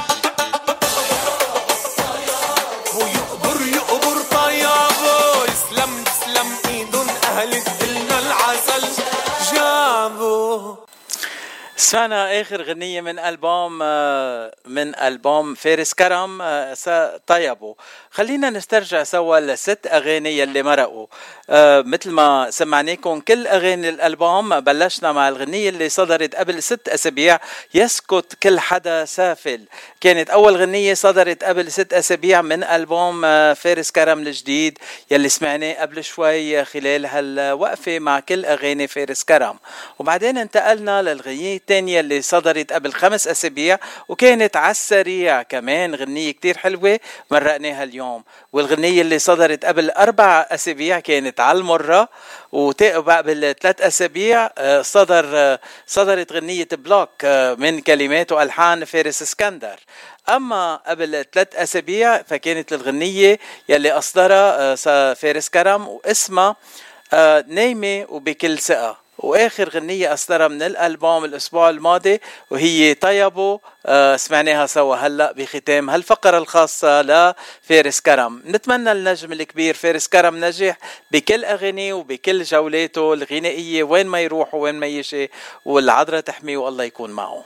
S12: ويقبر يقبر طيابو، يسلم تسلم ايدن اهلك قلنا العسل جابو.
S6: سمعنا آخر غنية من ألبوم من ألبوم فارس كرم طيبو. خلينا نسترجع سوا لست أغاني اللي مرقوا. آه مثل ما سمعناكم كل أغاني الألبوم، بلشنا مع الغنية اللي صدرت قبل ست أسابيع، يسكت كل حدا سافل. كانت أول غنية صدرت قبل ست أسابيع من ألبوم آه فارس كرم الجديد يلي سمعناه قبل شوي خلال هالوقفة مع كل أغاني فارس كرم. وبعدين انتقلنا للغنية الثانية اللي صدرت قبل خمس أسابيع وكانت عالسريع كمان غنية كتير حلوة مرقناها اليوم. والغنية اللي صدرت قبل أربع أسابيع كانت عالمرة. وقبل ثلاث أسابيع صدر صدرت غنية بلوك من كلمات وألحان فارس اسكندر. أما قبل ثلاث أسابيع فكانت الغنية يلي أصدرها فارس كرم واسمها نايمة وبكل ثقة. واخر غنية اصدرها من الالبوم الاسبوع الماضي وهي طيبو، آه سمعناها سوا هلا بختام هالفقرة الخاصة لفارس كرم. نتمنى النجم الكبير فارس كرم نجح بكل اغانيه وبكل جولاته الغنائية وين ما يروح وين ما يجي، والعذراء تحميه والله يكون معه.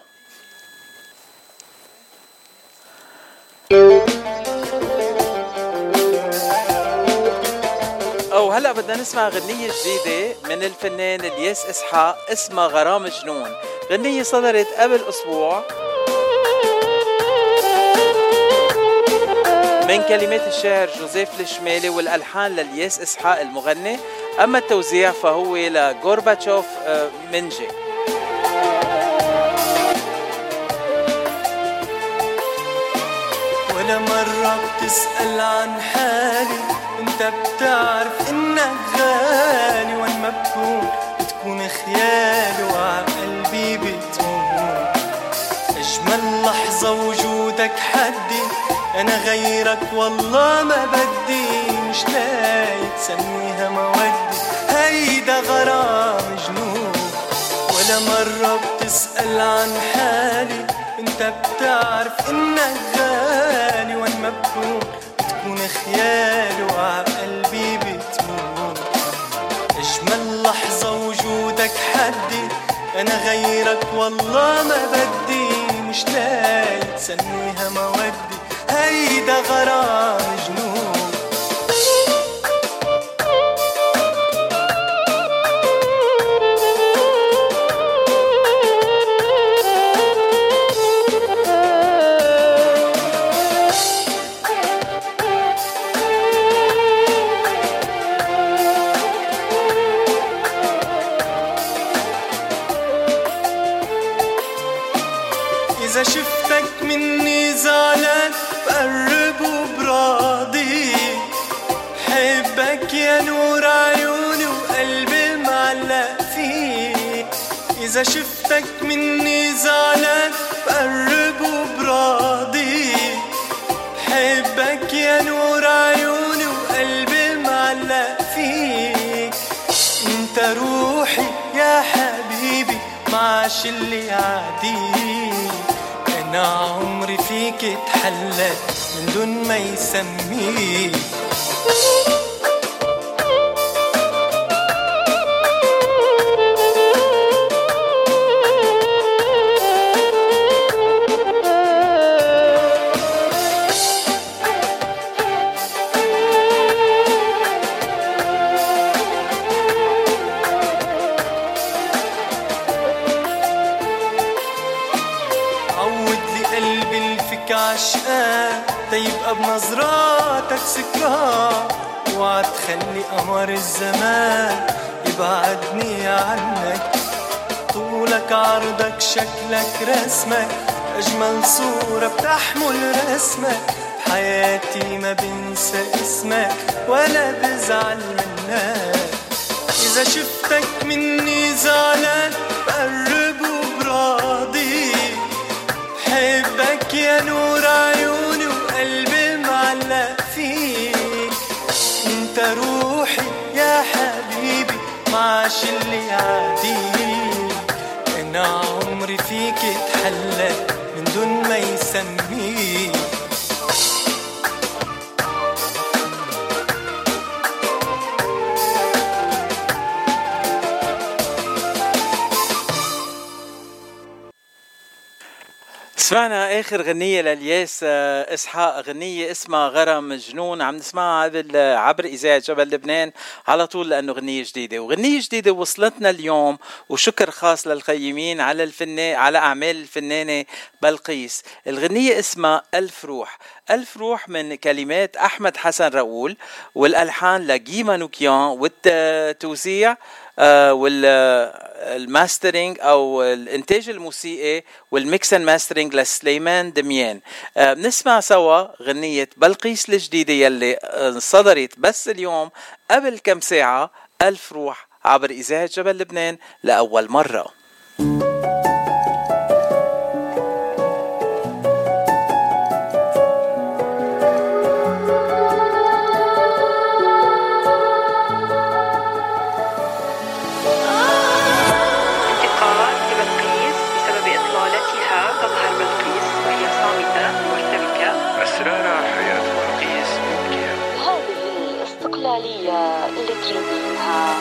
S6: أو هلأ بدنا نسمع غنية جديدة من الفنان الياس إسحاق اسمها غرام جنون. غنية صدرت قبل أسبوع من كلمات الشاعر جوزيف الشمالي والألحان للياس إسحاق المغني. أما التوزيع فهو لغورباتشوف منجي.
S16: ولا مرة بتسأل عن حالي، انت بتعرف انك غالي، وين ما بكون بتكون خيالي وعقلبي بتموت. اجمل لحظة
S12: وجودك حدي، انا غيرك والله ما بدي، مش لاقي تسميها مودي، هيدا غرام جنون. ولا مرة بتسأل عن حالي، انت بتعرف انك غالي، وين ما بكون بتكون خيالي وعقلبي بتموت. اجمل لحظة وجودك حدي، انا غيرك والله ما بدي، مش لاقي تسميها مودي، هيدا غرام جنون. إذا شفتك مني زعلان بقرب وبراضي، حبك يا نور عيوني وقلبي معلق فيك. إذا شفتك مني زعلان بقرب وبراضي، حبك يا نور عيوني وقلبي معلق فيك. انت روحي يا حبيبي معاش اللي عادي، أنا عمري فيك اتحلى من دون ما يسميك. عشقان تيبقى بنظراتك سكران، اوعى تخلي قمر الزمان يبعدني عنك. طولك عرضك شكلك رسمك أجمل صورة بتحمل رسمك، بحياتي ما بنسى اسمك ولا بزعل منك. إذا شفتك مني زعلان بقرب وبراضي، حبك يا نور عيوني وقلبي معلق فيك. انت روحي يا حبيبي معاش اللي عادي، انا عمري فيك اتحلى من دون ما يسميك.
S6: سمعنا اخر غنية للياس اسحاق، غنية اسمها غرام جنون، عم نسمعها عبر اذاعة جبل لبنان على طول لانه غنية جديدة، وغنية جديدة وصلتنا اليوم، وشكر خاص للقيمين على الفنان على اعمال الفنانة بلقيس. الغنية اسمها ألف روح. ألف روح من كلمات أحمد حسن رؤول، والألحان لجي مانوكيان، والتوزيع آه والماسترينج أو الإنتاج الموسيقي والميكس اند ماسترينج لسليمان دميان. آه بنسمع سوا غنية بلقيس الجديدة يلي صدرت بس اليوم قبل كم ساعة، ألف روح عبر إذاعة جبل لبنان لأول مرة.
S15: اللي تريدينها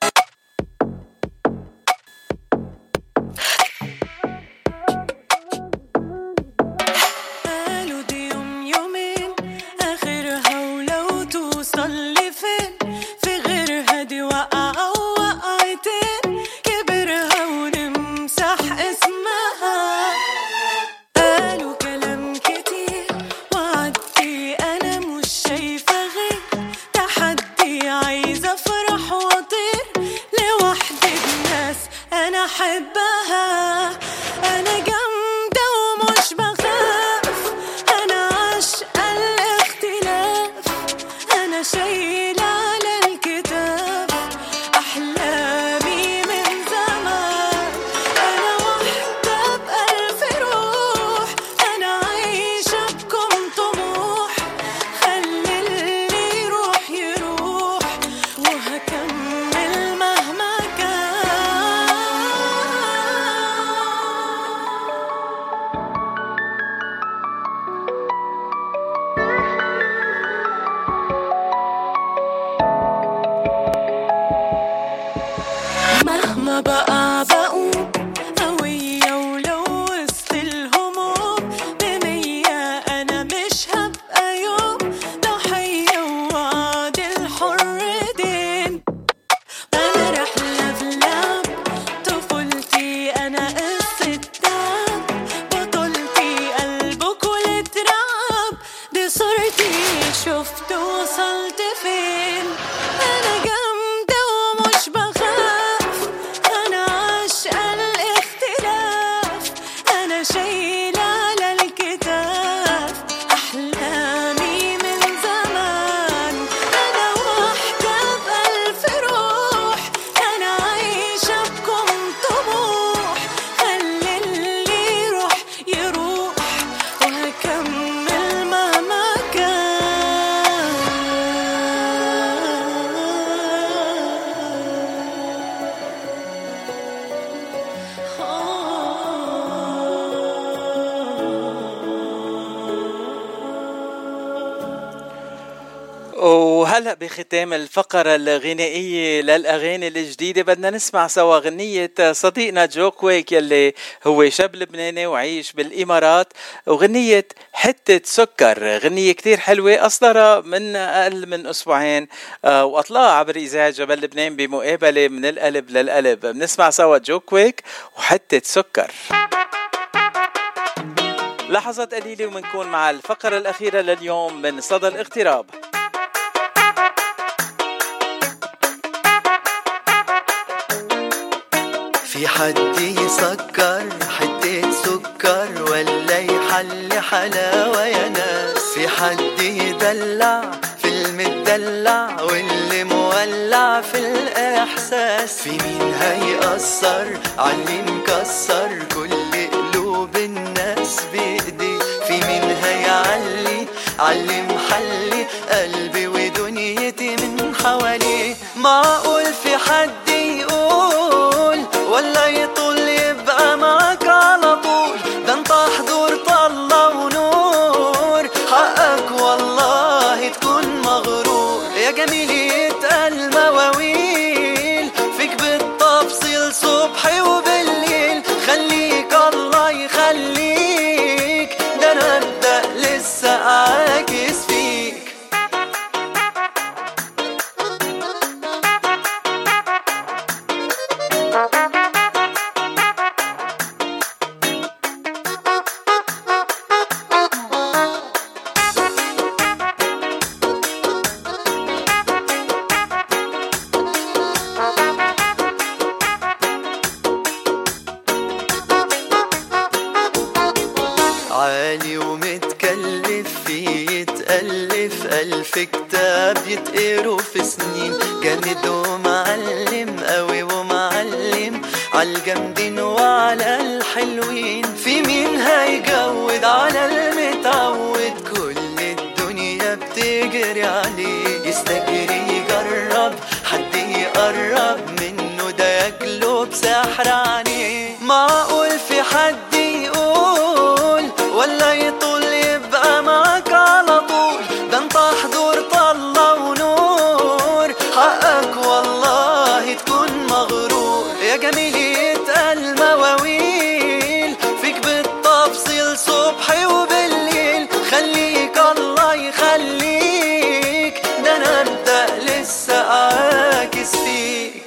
S15: قالوا دي يوم يومين آخرها، ولو توصل لفين في غيرها دي وقعة ووقعتين، كبرها ونمسح اسمها. قالوا كلام كتير وعدي أنا مش شايفة غير تحدي، عايزة أفرح وأطير لوحدي بناس أنا أحبها. أنا جامدة ومش بخاف، أنا عاشقة الاختلاف، أنا شايلة على الكتاب أحلامي من زمان. أنا واحدة بألف روح، أنا عايشة مهما بقى بقوم قوية ولو وسط الهموم بمية أنا مش هبقى يوم ضحية ووعد الحر دين. أنا رحلة في لعب طفولتي، أنا قصة تعب بطولتي، قلبك والتراب دي صورتي، شفت وصلت فين. أنا جامدة ومش بخاف، أنا عاشقة الاختلاف، أنا شايلة على الكتاف أحلامي من زمان. أنا واحدة بألف روح، أنا عايشة بكم طموح، خلي اللي يروح يروح وهكمل مهما
S6: وهلأ بختام الفقرة الغنائية للأغاني الجديدة بدنا نسمع سوا غنية صديقنا جو كويك يلي هو شاب لبناني وعيش بالإمارات، وغنية حتة سكر، غنية كتير حلوة أصدرها من أقل من أسبوعين وأطلعها عبر إذاعة جبل لبنان بمقابلة من القلب للقلب. بنسمع سوا جو كويك وحتة سكر. لحظات قليلة ومنكون مع الفقرة الأخيرة لليوم من صدى الاغتراب.
S18: في حد يسكر حتة سكر ولا يحلي حلاوة يا ناس؟ في حد يدلع في المدلع واللي مولع في الإحساس؟ في مين هيأثر عاللي مكسر كل قلوب الناس بإيدي؟ في مين هيعلي عاللي محلي قلبي ودنيتي من حواليه؟ معقول في حد يقول ولا يطول يبقى معك على طول؟ ده انت حضور طلة ونور، حقك والله تكون مغرور يا جميل يتقال مواويل فيك بالتفصيل صبحي وبالليل. خليك الله يخليك، ده انا ابدأ لسه اعاكس فيك. عالي ومتكلف فيه يتألف ألف كتاب يتقروا في سنين، جامد ومعلم قوي ومعلم عالجامدين وعلى الحلوين. في مين هيجود على المتعود؟ كل الدنيا بتجري عليه، يستجري يجرب حد يقرب منه ده ياكله بسحر عينيه. معقول في حد يقول ولا يطول يبقى معك على طول؟ ده انت حضور طلة ونور، حقك والله تكون مغرور يا جميل يتقال مواويل فيك بالتفصيل صبحي وبالليل. خليك الله يخليك، ده انا ابدأ لسه اعاكس فيك.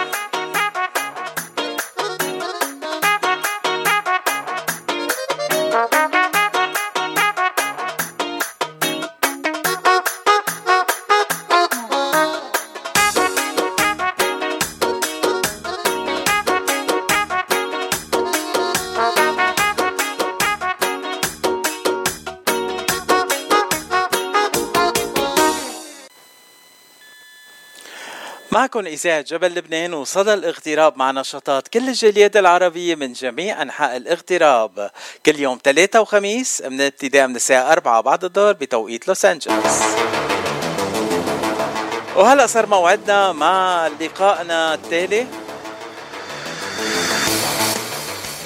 S6: معكم إذاعة جبل لبنان وصدى الاغتراب مع نشاطات كل الجاليات العربية من جميع أنحاء الاغتراب كل يوم ثلاثة وخميس من ابتداء من الساعة أربعة بعد الظهر بتوقيت لوس أنجلوس. وهلأ صار موعدنا مع لقائنا التالي،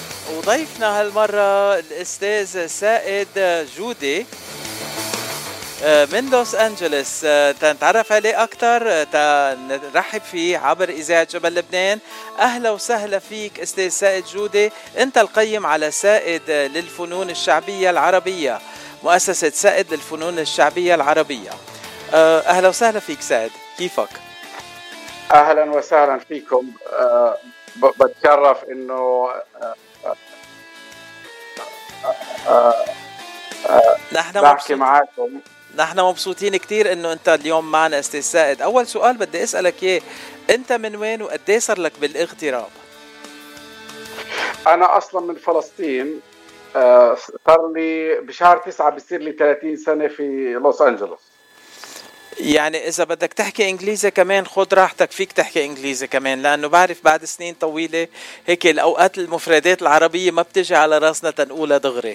S6: وضيفنا هالمرة الأستاذ سائد جودي من لوس أنجلوس، تنتعرف عليه أكتر، تنرحب فيه عبر إذاعة جبل لبنان. أهلا وسهلا فيك أستاذ سائد جودة، أنت القيم على سائد للفنون الشعبية العربية، مؤسسة سائد للفنون الشعبية العربية. أهلا وسهلا فيك سائد، كيفك؟
S19: أهلا وسهلا فيكم. أه بتشرف إنه أه أه أه
S6: نحن
S19: بحكي معاكم.
S6: نحن مبسوطين كتير إنه أنت اليوم معنا أستاذ سائد. أول سؤال بدي أسألك إيه، أنت من وين وقديه صار لك بالاغتراب؟
S19: أنا أصلا من فلسطين، أه صار لي بشهر تسعة بصير لي ثلاثين سنة في لوس أنجلوس.
S6: يعني إذا بدك تحكي إنجليزي كمان خد راحتك، فيك تحكي إنجليزي كمان، لأنه بعرف بعد سنين طويلة هيك الأوقات المفردات العربية ما بتجي على راسنا تنقولها دغري.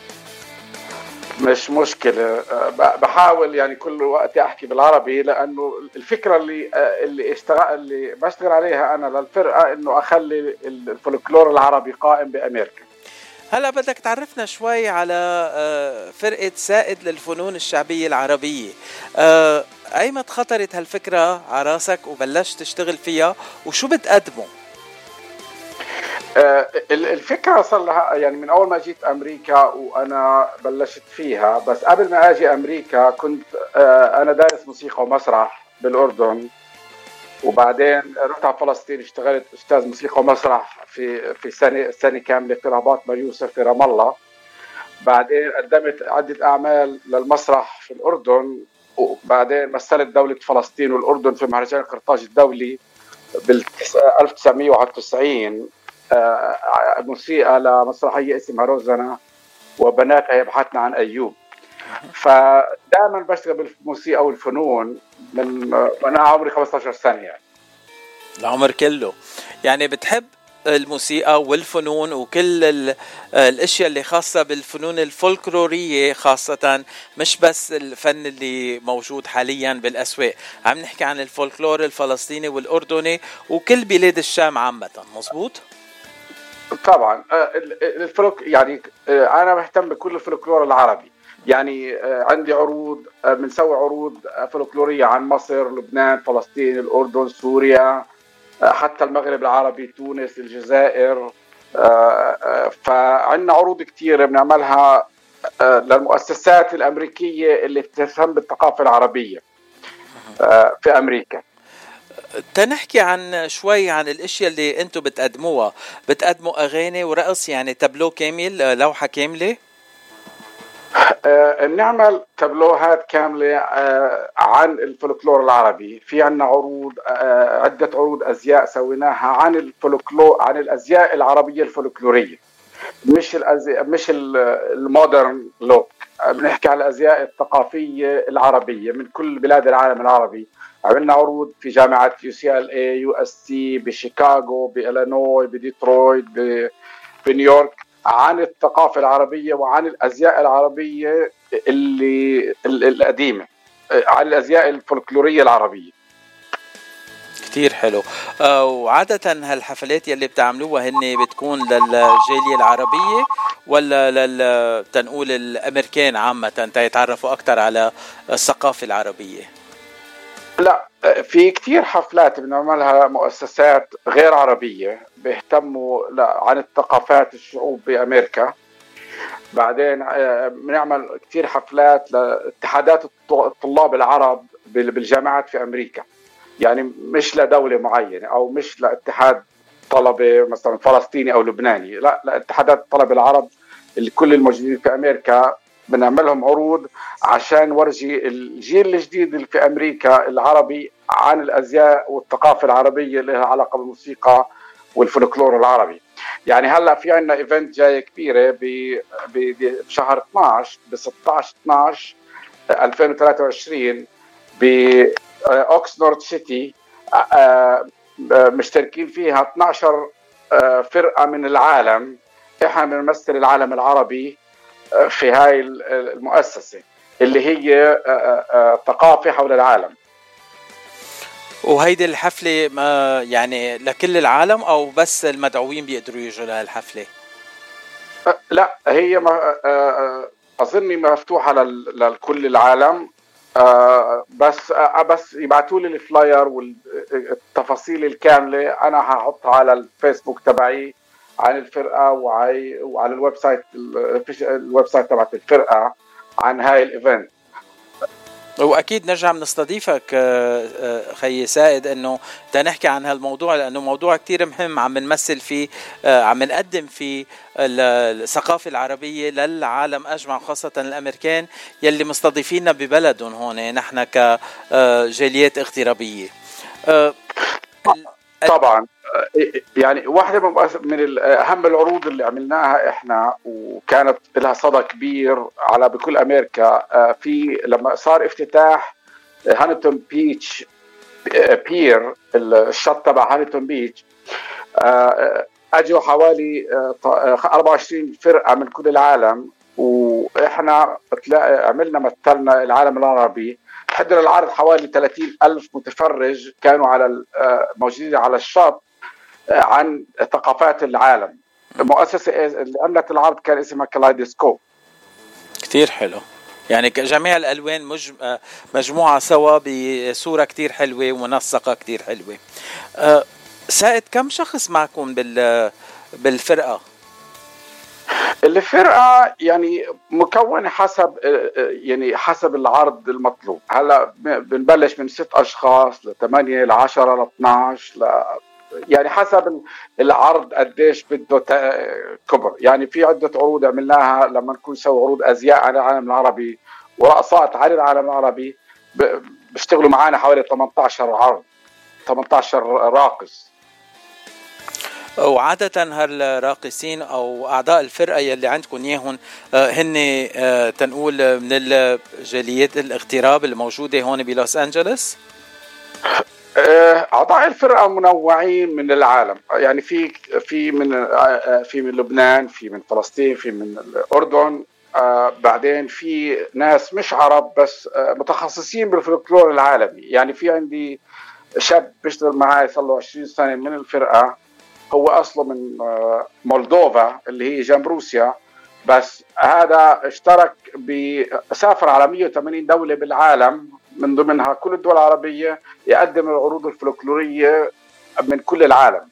S19: مش مشكلة، بحاول يعني كل وقت أحكي بالعربي، لأنه الفكرة اللي اللي اشتغل اللي بشتغل عليها أنا للفرقة إنه أخلي الفولكلور العربي قائم بأمريكا.
S6: هلا بدك تعرفنا شوي على فرقة سائد للفنون الشعبية العربية، أيمت خطرت هالفكرة على راسك وبلشت تشتغل فيها وشو بتقدموا؟
S19: الفكرة صار لها يعني من أول ما جيت أمريكا وأنا بلشت فيها، بس قبل ما أجي أمريكا كنت أنا دارس موسيقى ومسرح بالأردن، وبعدين رحت على فلسطين اشتغلت أستاذ موسيقى ومسرح في في سنة سنة كاملة في رهبات مار يوسف في رام الله. بعدين قدمت عدة أعمال للمسرح في الأردن، وبعدين مثلت دولة فلسطين والأردن في مهرجان قرطاج الدولي بال ألف وتسعمية وواحد وتسعين، موسيقى لمسرحية اسمها روزانا وبنات يبحثن عن أيوب. فدائما بشتغل بالموسيقى والفنون من وانا عمري خمسة عشر سنة، يعني
S6: العمر كله. يعني بتحب الموسيقى والفنون وكل الاشياء اللي خاصة بالفنون الفولكلورية خاصة، مش بس الفن اللي موجود حاليا بالأسواق، عم نحكي عن الفولكلور الفلسطيني والأردني وكل بلاد الشام عامة، مزبوط؟
S19: طبعا الفلك يعني انا مهتم بكل الفولكلور العربي، يعني عندي عروض، بنسوي عروض فولكلورية عن مصر، لبنان، فلسطين، الأردن، سوريا، حتى المغرب العربي، تونس، الجزائر. فعندنا عروض كتيرة بنعملها للمؤسسات الأمريكية اللي بتهتم بالثقافة العربية في أمريكا.
S6: تنحكي عن شوي عن الاشياء اللي انتم بتقدموها، بتقدموا اغاني ورقص، يعني تابلو كامل، لوحة كاملة؟
S19: آه، بنعمل تابلوهات كاملة آه، عن الفولكلور العربي. في عنا عروض، آه، عدة عروض أزياء سويناها عن الفولكلور، عن الأزياء العربية الفولكلورية، مش الأزياء مش المودرن لوك. بنحكي عن الأزياء الثقافية العربية من كل بلاد العالم العربي. عملنا عروض في جامعة يو سي ال اي، يو اس سي، بشيكاغو، بإلينوي، بديترويت، بنيويورك، عن الثقافة العربية وعن الأزياء العربية اللي القديمة، عن الأزياء الفولكلورية العربية.
S6: كتير حلو. آه وعادة هالحفلات يلي بتعملوها هن بتكون للجالية العربية ولا للتنقول الأمريكان عامة تيتعرفوا أكتر على الثقافة العربية؟
S19: لا، في كتير حفلات بنعملها مؤسسات غير عربية بيهتموا عن الثقافات الشعوب بأمريكا. بعدين بنعمل كتير حفلات لاتحادات الطلاب العرب بالجامعات في أمريكا، يعني مش لدولة معينة أو مش لاتحاد طلبة مثلا فلسطيني أو لبناني، لا لاتحادات الطلبة العرب اللي كل الموجودين في أمريكا. بنعملهم عروض عشان ورجي الجيل الجديد اللي في أمريكا العربي عن الأزياء والثقافة العربية اللي لها علاقة بالموسيقى والفولكلور العربي. يعني هلا في عنا ايفنت جاي كبيرة بشهر اثناشر ب ستة عشر اثناشر ألفين وثلاثة وعشرين بأوكسنورد سيتي، مشتركين فيها اثناشر فرقة من العالم. احنا بنمثل العالم العربي في هاي المؤسسة اللي هي ثقافة حول العالم.
S6: وهيدي الحفلة ما يعني لكل العالم أو بس المدعوين بيقدروا يجوا لهالحفلة؟
S19: لا، هي اظني مفتوحه لل- لكل العالم. آه بس آه بس يبعثوا لي الفلاير والتفاصيل الكامله، انا هحطها على الفيسبوك تبعي عن الفرقه وعي وعلى الويب سايت الويب سايت تبعت الفرقه عن هاي الايفنت.
S6: واكيد نرجع بنستضيفك آه، آه، خي سائد انه تنحكي عن هالموضوع، لانه موضوع كتير مهم عم نمثل فيه، آه، عم نقدم فيه ال- الثقافه العربيه للعالم اجمع، خاصه الامريكان يلي مستضيفيننا ببلدهم هون نحن كجاليات اغترابيه. آه،
S19: طبعا يعني واحدة من أهم العروض اللي عملناها إحنا وكانت لها صدى كبير على بكل أمريكا، في لما صار افتتاح هانيتون بيتش بير، الشط تبع هانيتون بيتش، أجوا حوالي أربعة وعشرين فرقة من كل العالم، وإحنا عملنا مثلنا العالم العربي. حضر العرض حوالي ثلاثين ألف متفرج كانوا على موجودين على الشط عن ثقافات العالم. المؤسسة اللي عملت العرض كان اسمها كلايدوسكوب.
S6: كتير حلو، يعني جميع الألوان مج... مجموعة سوا بصورة كتير حلوة ومنسقة كتير حلوة. أه سائد، كم شخص معكم بال... بالفرقة؟
S19: الفرقة يعني مكونة حسب يعني حسب العرض المطلوب. هلا بنبلش من ست أشخاص لثمانية لعشرة لاثناش ل... يعني حسب العرض قديش بده كبر. يعني في عدة عروض عملناها لما نكون نسوي عروض أزياء عن العالم العربي ورقصات عن العالم العربي، بيشتغلوا معنا حوالي ثمانية عشر عرض، ثمانية عشر راقص.
S6: وعادة هالراقصين أو أعضاء الفرقة يلي عندكم ياهن هن تنقول من الجاليات الاغتراب الموجودة هون بلوس أنجلس؟
S19: أعضاء الفرقة منوعين من العالم، يعني في في من في من لبنان، في من فلسطين، في من الأردن، بعدين في ناس مش عرب بس متخصصين بالفلكلور العالمي. يعني في عندي شاب بيشتغل معي صار له عشرين سنة من الفرقة، هو أصله من مولدوفا اللي هي جنب روسيا، بس هذا اشترك بسافر على مية وثمانين دولة بالعالم من ضمنها كل الدول العربية، يقدم العروض الفلكلورية من كل العالم.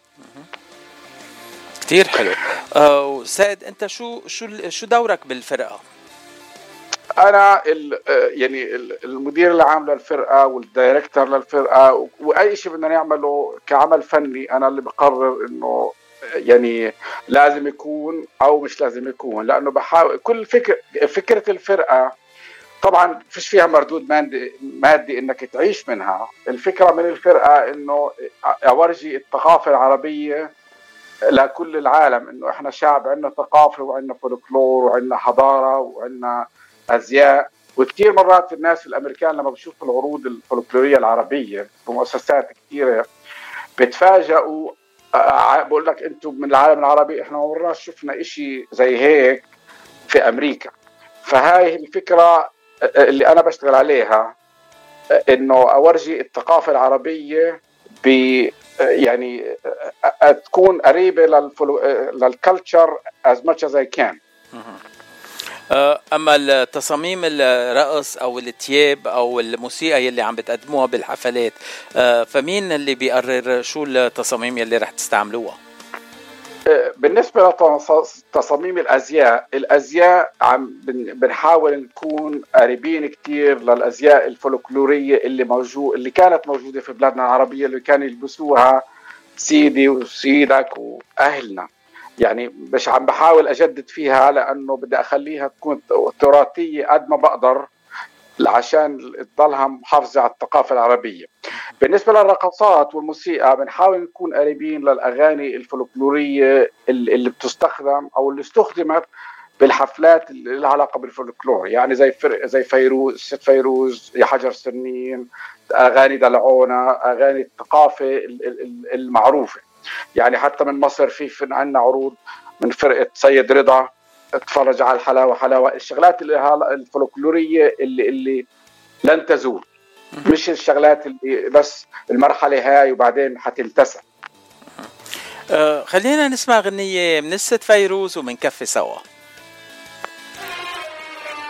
S6: كتير حلو. أه سائد، أنت شو شو شو دورك بالفرقة؟
S19: أنا ال يعني المدير العام للفرقة والدايركتور للفرقة، وأي شيء بدنا نعمله كعمل فني أنا اللي بقرر إنه يعني لازم يكون أو مش لازم يكون، لأنه بحاول كل فكر فكرة الفرقة طبعا فيش فيها مردود مادي, مادي إنك تعيش منها. الفكرة من الفرقة إنه أورجي الثقافة العربية لكل العالم، إنه إحنا شعب عندنا ثقافة وعندنا فولكلور وعندنا حضارة وعندنا أزياء. وكثير مرات الناس الأمريكان لما بيشوفوا العروض الفولكلورية العربية بمؤسسات كثيرة بتفاجئوا، بقول لك أنتم من العالم العربي، إحنا ما مرات شفنا إشي زي هيك في أمريكا. فهاي الفكرة اللي أنا بشتغل عليها، إنه أورجي الثقافة العربية ب يعني تكون قريبة للكالتشر as much as I can.
S6: أما التصاميم الرقص أو التياب أو الموسيقى يلي عم بتقدموها بالحفلات، فمين اللي بيقرر شو التصاميم يلي رح تستعملوها؟
S19: بالنسبة لتصاميم الأزياء، الأزياء عم بنحاول نكون قريبين كتير للأزياء الفولكلورية اللي موجود اللي كانت موجودة في بلادنا العربية، اللي كانوا يلبسوها سيدي وسيدك وأهلنا. يعني مش عم بحاول أجدد فيها، لأنه بدي أخليها تكون تراثية قد ما بقدر عشان تضلها محافظة على الثقافة العربية. بالنسبة للرقصات والموسيقى بنحاول نكون قريبين للأغاني الفولكلورية اللي بتستخدم أو اللي استخدمت بالحفلات اللي لها علاقة بالفولكلور، يعني زي فرق زي فيروز، ست فيروز، يا حجر سنين، أغاني دلعونا، أغاني الثقافة المعروفة. يعني حتى من مصر في عندنا عروض من فرقة سيد رضا، اتفرج على الحلاوة حلاوة، الشغلات اللي الفولكلورية اللي اللي لن تزول، مش الشغلات اللي بس المرحلة هاي وبعدين حتنتسى.
S6: أه خلينا نسمع غنية من الست فيروز ومن كفي سوا.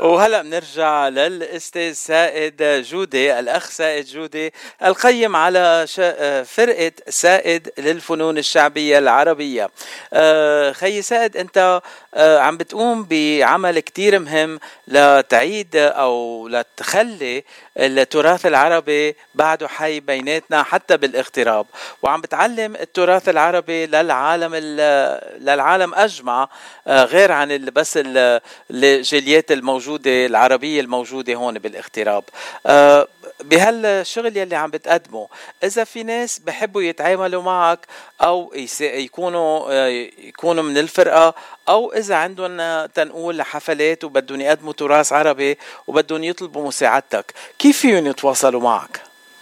S6: وهلا بنرجع للاستاذ سائد جودي، الاخ سائد جودي القيم على فرقه سائد للفنون الشعبيه العربيه. خي سائد، انت عم بتقوم بعمل كتير مهم لتعيد او لتخلي التراث العربي بعده حي بيناتنا حتى بالاغتراب، وعم بتعلم التراث العربي للعالم للعالم اجمع، غير عن بس الجاليات الموجوده العربيه الموجوده هون بالاغتراب. بهالشغل يلي عم بتقدمه، اذا في ناس بحبوا يتعاملوا معك او يكونوا يكونوا من الفرقه، او اذا عندهم تنقول حفلات وبدهم يقدموا تراث عربي وبدهم يطلبوا مساعدتك، كيف فيهم يتواصلوا معك؟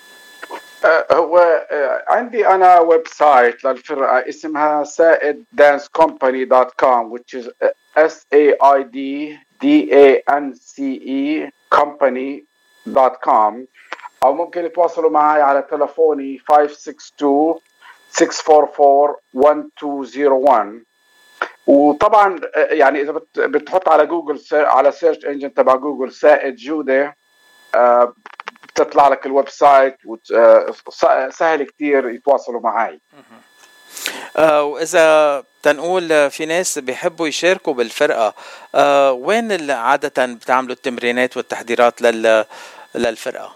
S19: هو عندي انا ويب سايت للفرقه اسمها سائد دانس كومباني دوت كوم which is S A I D D A N C E company دوت كوم، او ممكن يتواصلوا معي على تلفوني خمسة ستة اثنين ستة أربعة أربعة واحد اثنين صفر واحد. وطبعا يعني اذا بتحط على جوجل على سيرش انجن تبع جوجل سائد جودي بتطلع لك الويب سايت، وسهل كتير يتواصلوا معي.
S6: آه وإذا تنقول في ناس بيحبوا يشاركوا بالفرقة، آه وين عادة بتعملوا التمرينات والتحضيرات لل للفرقة؟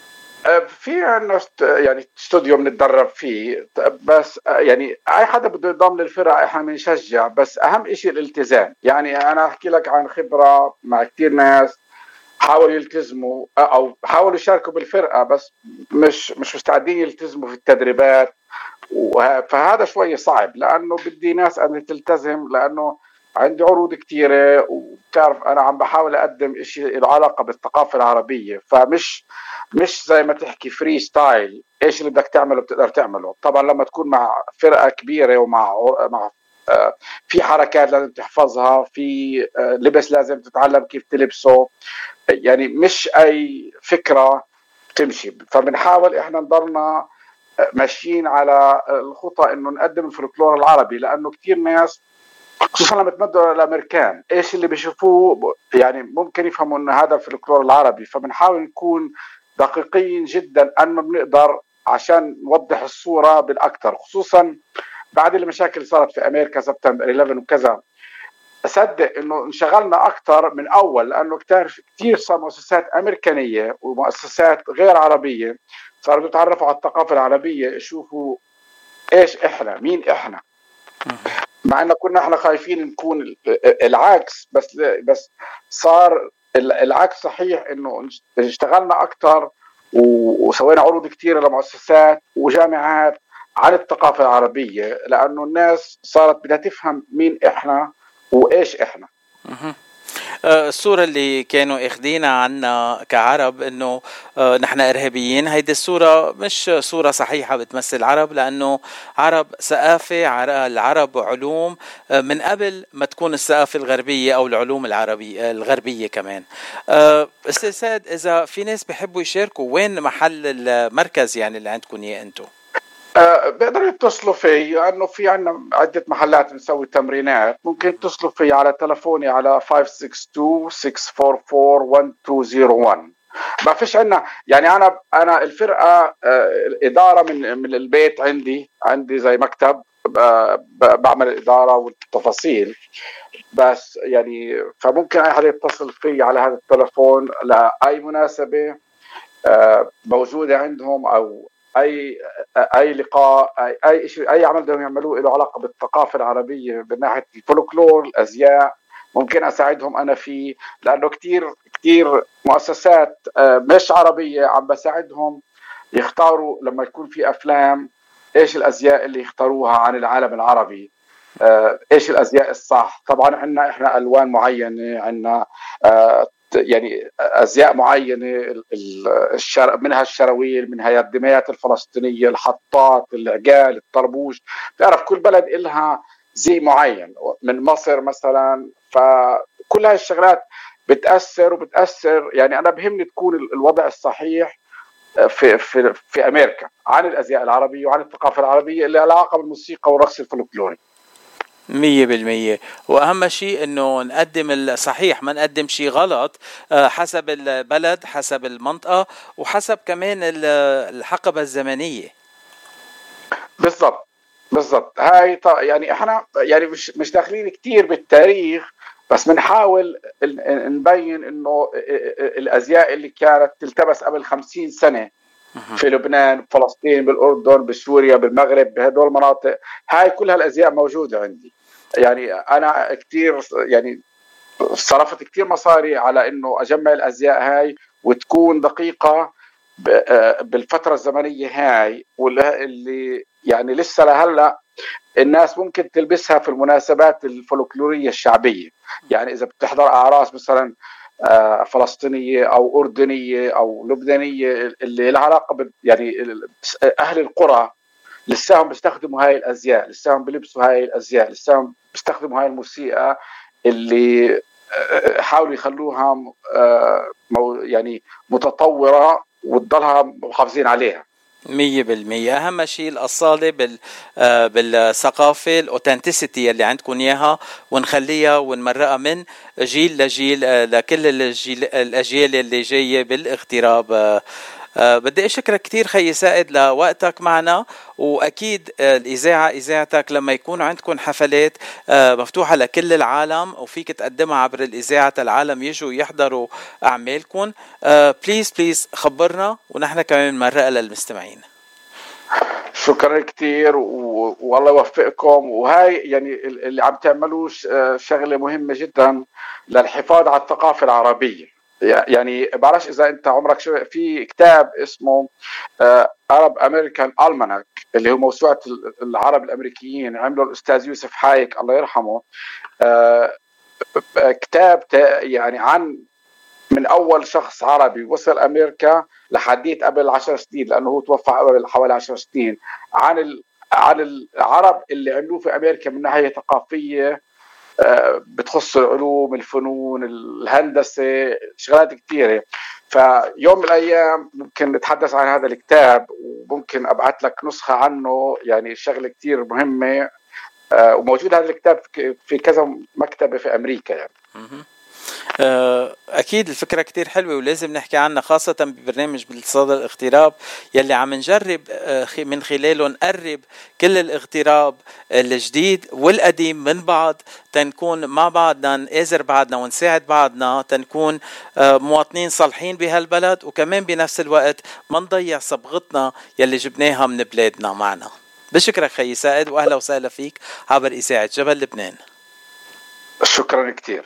S19: في عنا يعني استوديو بنتدرب فيه، بس يعني اي حدا بده ينضم للفرقه احنا بنشجع، بس اهم شيء الالتزام. يعني انا احكي لك عن خبره مع كثير ناس حاولوا يلتزموا او حاولوا يشاركوا بالفرقه بس مش مش مستعدين يلتزموا في التدريبات، فهذا شوي صعب لانه بدي ناس ان تلتزم، لانه عندي عروض كثيره وبتعرف انا عم بحاول اقدم شيء له علاقه بالثقافه العربيه، فمش مش زي ما تحكي فري ستايل ايش اللي بدك تعمله بتقدر تعمله. طبعا لما تكون مع فرقه كبيره ومع مع في حركات لازم تحفظها، في لبس لازم تتعلم كيف تلبسه، يعني مش اي فكره تمشي. فبنحاول احنا نضلنا ماشيين على الخطى انه نقدم الفولكلور العربي، لانه كثير ناس خصوصا لما تمدوا الامريكان ايش اللي بيشوفوه يعني ممكن يفهموا انه هذا الفولكلور العربي، فبنحاول نكون دقيقين جدا ان ما بنقدر عشان نوضح الصوره بالاكثر، خصوصا بعد المشاكل اللي صارت في امريكا سبتمبر إحدى عشر وكذا. اصدق انه انشغلنا اكثر من اول، لانه كتير كثير صار مؤسسات امريكانيه ومؤسسات غير عربيه صاروا يتعرفوا على الثقافه العربيه، يشوفوا ايش احنا، مين احنا، مع ان كنا احنا خايفين نكون العكس، بس بس صار العكس صحيح، انه اشتغلنا اكثر وسوينا عروض كثيره لمؤسسات وجامعات عن الثقافه العربيه، لانه الناس صارت بدها تفهم مين احنا وايش احنا.
S6: الصورة اللي كانوا اخدينا عنا كعرب انه نحن ارهابيين، هيدي الصورة مش صورة صحيحة بتمثل العرب، لانه عرب ثقافة، العرب علوم من قبل ما تكون الثقافة الغربية او العلوم العربية الغربية كمان. استاذ سائد، اذا في ناس بيحبوا يشاركوا، وين محل المركز يعني اللي عندكم اياه انتم؟
S19: أه بيقدروا يتصلوا في، لانه في عندنا عده محلات بنسوي تمرينات، ممكن يتصلوا في على تلفوني على خمسة ستة اثنين ستة أربعة أربعة واحد اثنين صفر واحد. ما فيش عندنا يعني انا انا الفرقه الاداره من من البيت، عندي عندي زي مكتب بعمل الاداره والتفاصيل بس، يعني فممكن اي حدا يتصل في على هذا التلفون لاي مناسبه موجوده عندهم، او اي اي لقاء، اي اي شيء، اي عمل بدهم يعملوه له علاقه بالثقافه العربيه من ناحيه الفولكلور، الازياء، ممكن اساعدهم انا فيه، لانه كثير كثير مؤسسات مش عربيه عم بساعدهم يختاروا لما يكون في افلام ايش الازياء اللي يختاروها عن العالم العربي، ايش الازياء الصح. طبعا عندنا احنا الوان معينه، عندنا يعني ازياء معينه، الشر... منها الشراويل، منها الدميات الفلسطينيه، الحطات، العقال، الطربوش، بتعرف كل بلد إلها زي معين، من مصر مثلا، فكل هاي الشغلات بتاثر وبتاثر. يعني انا بهمني تكون الوضع الصحيح في في في امريكا عن الازياء العربيه وعن الثقافه العربيه اللي لها علاقه بالموسيقى والرقص الفولكلوري.
S6: مية بالمية. وأهم شيء أنه نقدم الصحيح، ما نقدم شيء غلط حسب البلد، حسب المنطقة، وحسب كمان الحقبة الزمنية.
S19: بالضبط بالضبط. هاي يعني احنا يعني مش مش داخلين كتير بالتاريخ، بس بنحاول نبين انه الازياء اللي كانت تلتبس قبل خمسين سنة في لبنان، بفلسطين، بالاردن، بسوريا، بالمغرب، بهدول المناطق، هاي كل هالازياء موجودة عندي. يعني انا كتير يعني صرفت كتير مصاري على انه اجمع الازياء هاي وتكون دقيقة بالفترة الزمنية هاي، واللي يعني لسه لهلا الناس ممكن تلبسها في المناسبات الفولكلورية الشعبية. يعني إذا بتحضر أعراس مثلا فلسطينية أو أردنية أو لبنانية اللي لها علاقة يعني أهل القرى لساهم بيستخدموا هاي الأزياء، لساهم بيلبسوا هاي الأزياء، لساهم بيستخدموا هاي الموسيقى اللي حاولوا يخلوها يعني متطورة وتضلها محافظين عليها.
S6: مية بالمية. أهم شيء الأصالة بال آه بالثقافة، الأوتنتيسيتي اللي عندكم إياها، ونخليها ونمرقها من جيل لجيل آه لكل الجيل الأجيال اللي جاية بالاغتراب. آه آه بدي أشكرك كتير خي سائد لوقتك معنا، وأكيد آه الإذاعة إذاعتك لما يكون عندكم حفلات آه مفتوحة لكل العالم وفيك تقدمها عبر الإذاعة، العالم يجوا يحضروا أعمالكم. آه بليز بليز خبرنا ونحن كمان مرقها للمستمعين.
S19: شكرا كتير و... والله يوفقكم. وهاي يعني اللي عم تعملوه شغلة مهمة جدا للحفاظ على الثقافة العربية. يعني بعرفش إذا أنت عمرك شو في كتاب اسمه Arab American Almanac اللي هو موسوعة العرب الأمريكيين، عمله الأستاذ يوسف حايك الله يرحمه. كتاب يعني عن من أول شخص عربي وصل أمريكا لحديت قبل عشر سنين، لأنه هو توفى قبل حوالي عشر سنين، عن ال... عن العرب اللي عملوه في أمريكا من ناحية ثقافية بتخص العلوم، الفنون، الهندسة، شغلات كثيرة. فيوم من الأيام ممكن نتحدث عن هذا الكتاب، وممكن أبعث لك نسخة عنه، يعني شغلة كثير مهمة. وموجود هذا الكتاب في كذا مكتبة في أمريكا يعني.
S6: أكيد الفكرة كتير حلوة ولازم نحكي عنها، خاصة ببرنامج بالصدى الاغتراب يلي عم نجرب من خلاله نقرب كل الاغتراب الجديد والقديم من بعض، تنكون مع بعضنا، نآزر بعضنا ونساعد بعضنا، تنكون مواطنين صالحين بهالبلد، وكمان بنفس الوقت ما نضيع صبغتنا يلي جبناها من بلادنا معنا. بشكرك خي سائد، وأهلا وسهلا فيك عبر إذاعة جبل لبنان.
S19: شكرا كتير.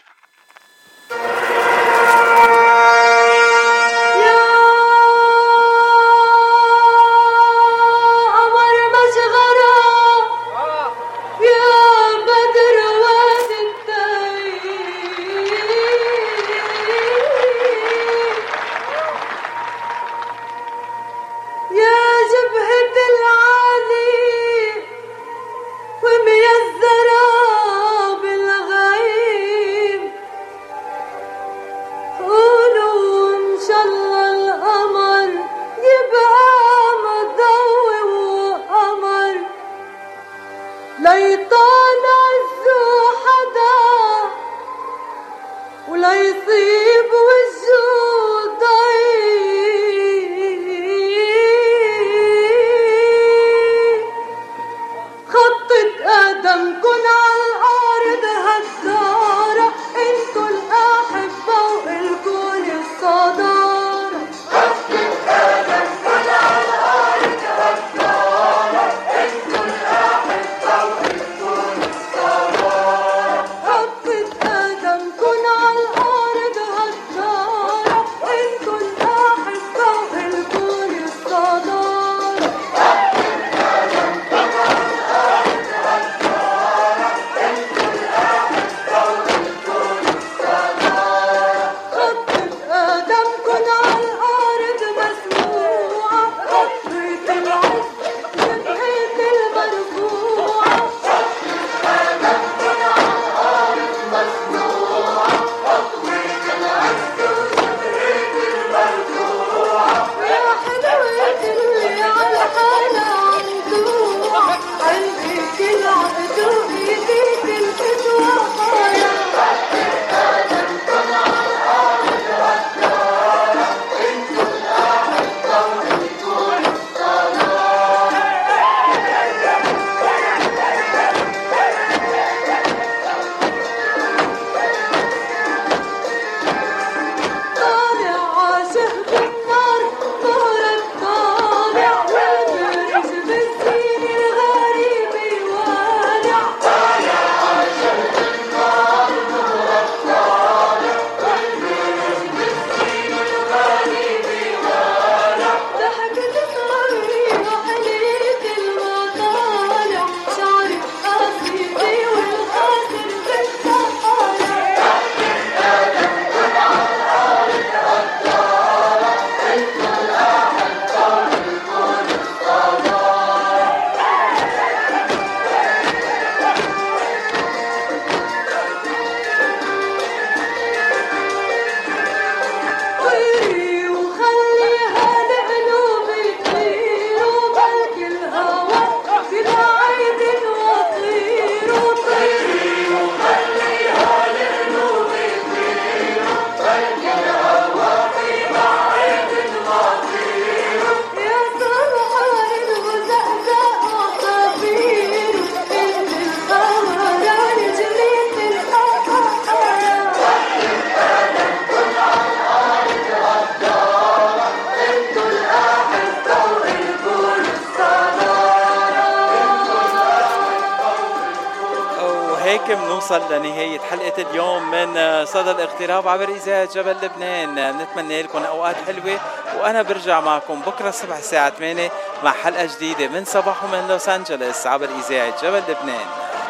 S6: نوصل لنهاية حلقة اليوم من صدى الاغتراب عبر إذاعة جبل لبنان. نتمنى لكم أوقات حلوة، وأنا برجع معكم بكرة الصبح الساعة ثمانية مع حلقة جديدة من صباح من لوس أنجلوس عبر إذاعة جبل لبنان.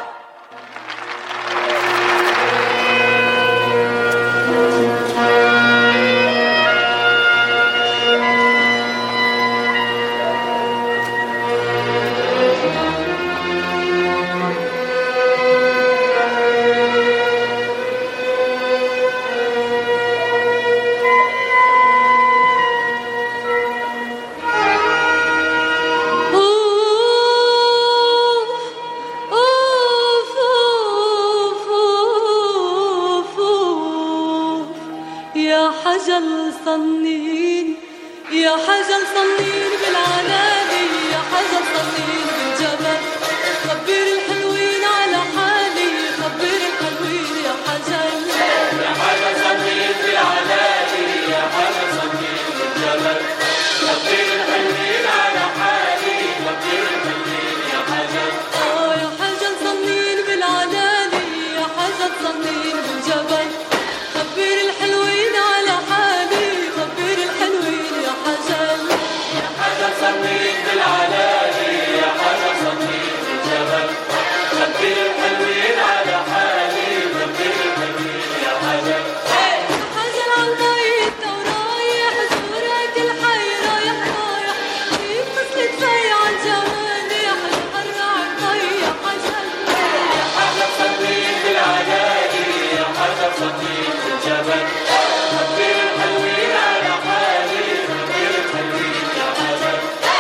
S7: حجل صنين يا حجل صنين بالعنالي، يا حجل صنين بالجبل، خبر الحلوين على حالي، خبر الحلوين يا حجل. يا حجل صنين بالعنالي، يا حجل صنين بالجبل، خبر الحلوين على حالي، خبر الحلوين يا حجل. اه يا حجل صنين بالعنالي، يا حجل صنين بالجبل، خبر الحلوين على حالي، خبر الحلوين يا حجل. يا حجل صنين بالعلالي، يا حجل صنين بالجبل، خبر الحلوين على حالي، خبر الحلوين يا حجل. يا حجل عالميت ورايح زورك الحي رايح رايح، كيف مثل تفيع الجوانح الحرة عالطي يا حجل. يا حجل صنين بالعلالي، يا حجل صنين بالجبل، خبر الحلوين على حالي، خبر الحلوين يا حجل.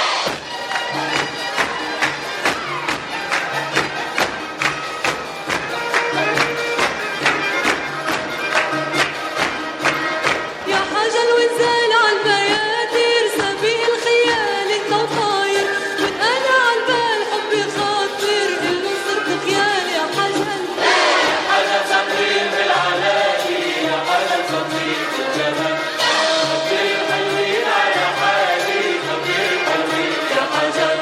S7: يا حجل وانزال عالبيادر سبيل الخيال انت وطاير، من انا عالبال حبي خاطر انه صرت خيال يا حجل. يا حجل صنين بالعلالي، يا حجل صنين بالجبل، خبر الحلوين على حالي، خبر الحلوين يا حجل.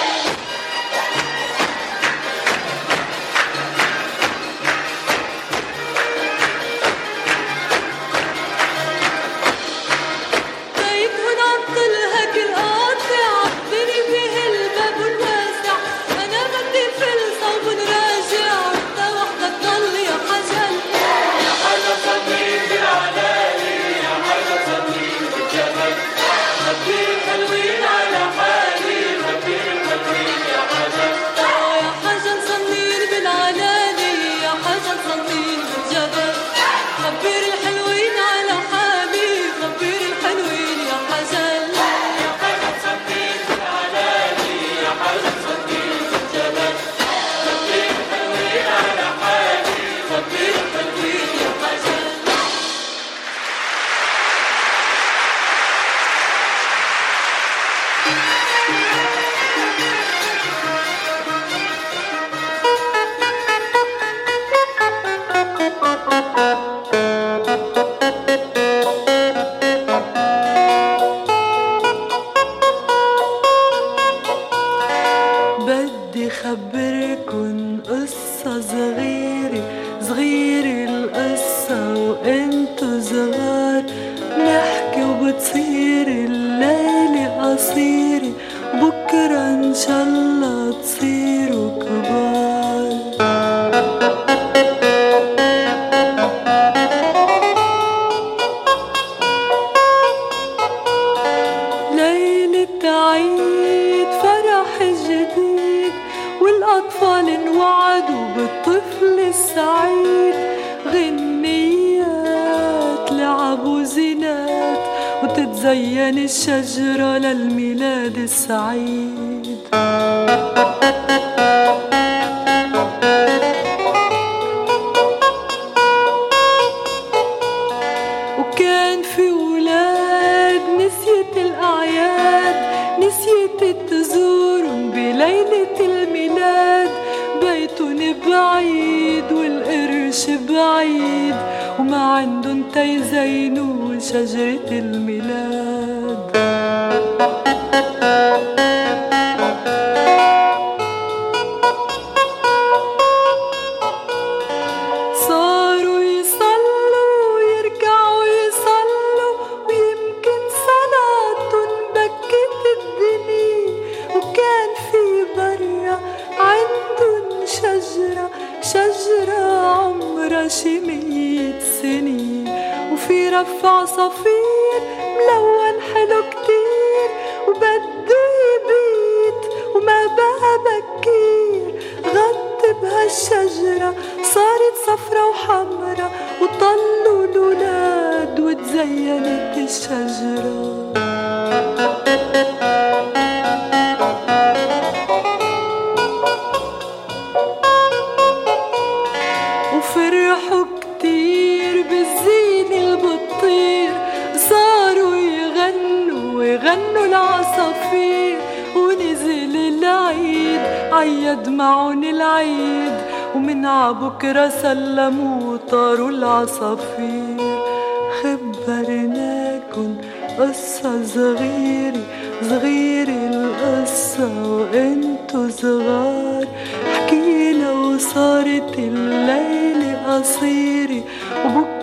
S7: بيت ونعطلها كل قاطع، عطني به الباب الواسع، انا بدي فلسة وبنراجع، وانت وحدك ضل يا حجل. يا حجل صنين بالعلالي، يا حجل صنين بالجبل، خبر الحلوين على حالي، خبر الحلوين يا حجل. اه يا حجل صنين بالعلالي، يا حجل صنين بالجبل، خبر الحلوين على حالي، خبر الحلوين يا حجل. يا حجل صنين بالعلالي، يا حجل صنين بالجبل، خبر الحلوين على حالي، خبر الحلوين يا حجل. بدي خبركن قصة صغيرة صغيرة القصة وانتو صغار، نحكي وبتصير الليلة قصيرة، بكرة ان شاء الله تصيروا كبار. ليلة عيد فرح جديد، والأطفال انوعدوا بالطفل السعيد، غنيات لعب وزينات، وتتزين الشجرة للميلاد السعيد. وكان في ولاد نسيت الأعياد، نسيت تزورن بليلة الميلاد، بيتن بعيد والقرش بعيد، وما عندن تيزينوا شجرة الميلاد.
S15: شاف عصافير ملون حلو كتير وبده يبيت وما بقى بكير، غطي بهالشجرة صارت صفرة وحمرة وطلوا الولاد وتزينت الشجرة. وفرحوا كتير بالزين البطير، صاروا يغنوا ويغنوا العصافير، ونزل العيد عيد معون العيد، ومن عبكرة سلموا طاروا العصافير. خبرناكن قصة صغيرة صغيرة القصة وانتو صغار، حكينا وصارت الليلة قصيرة وبكرة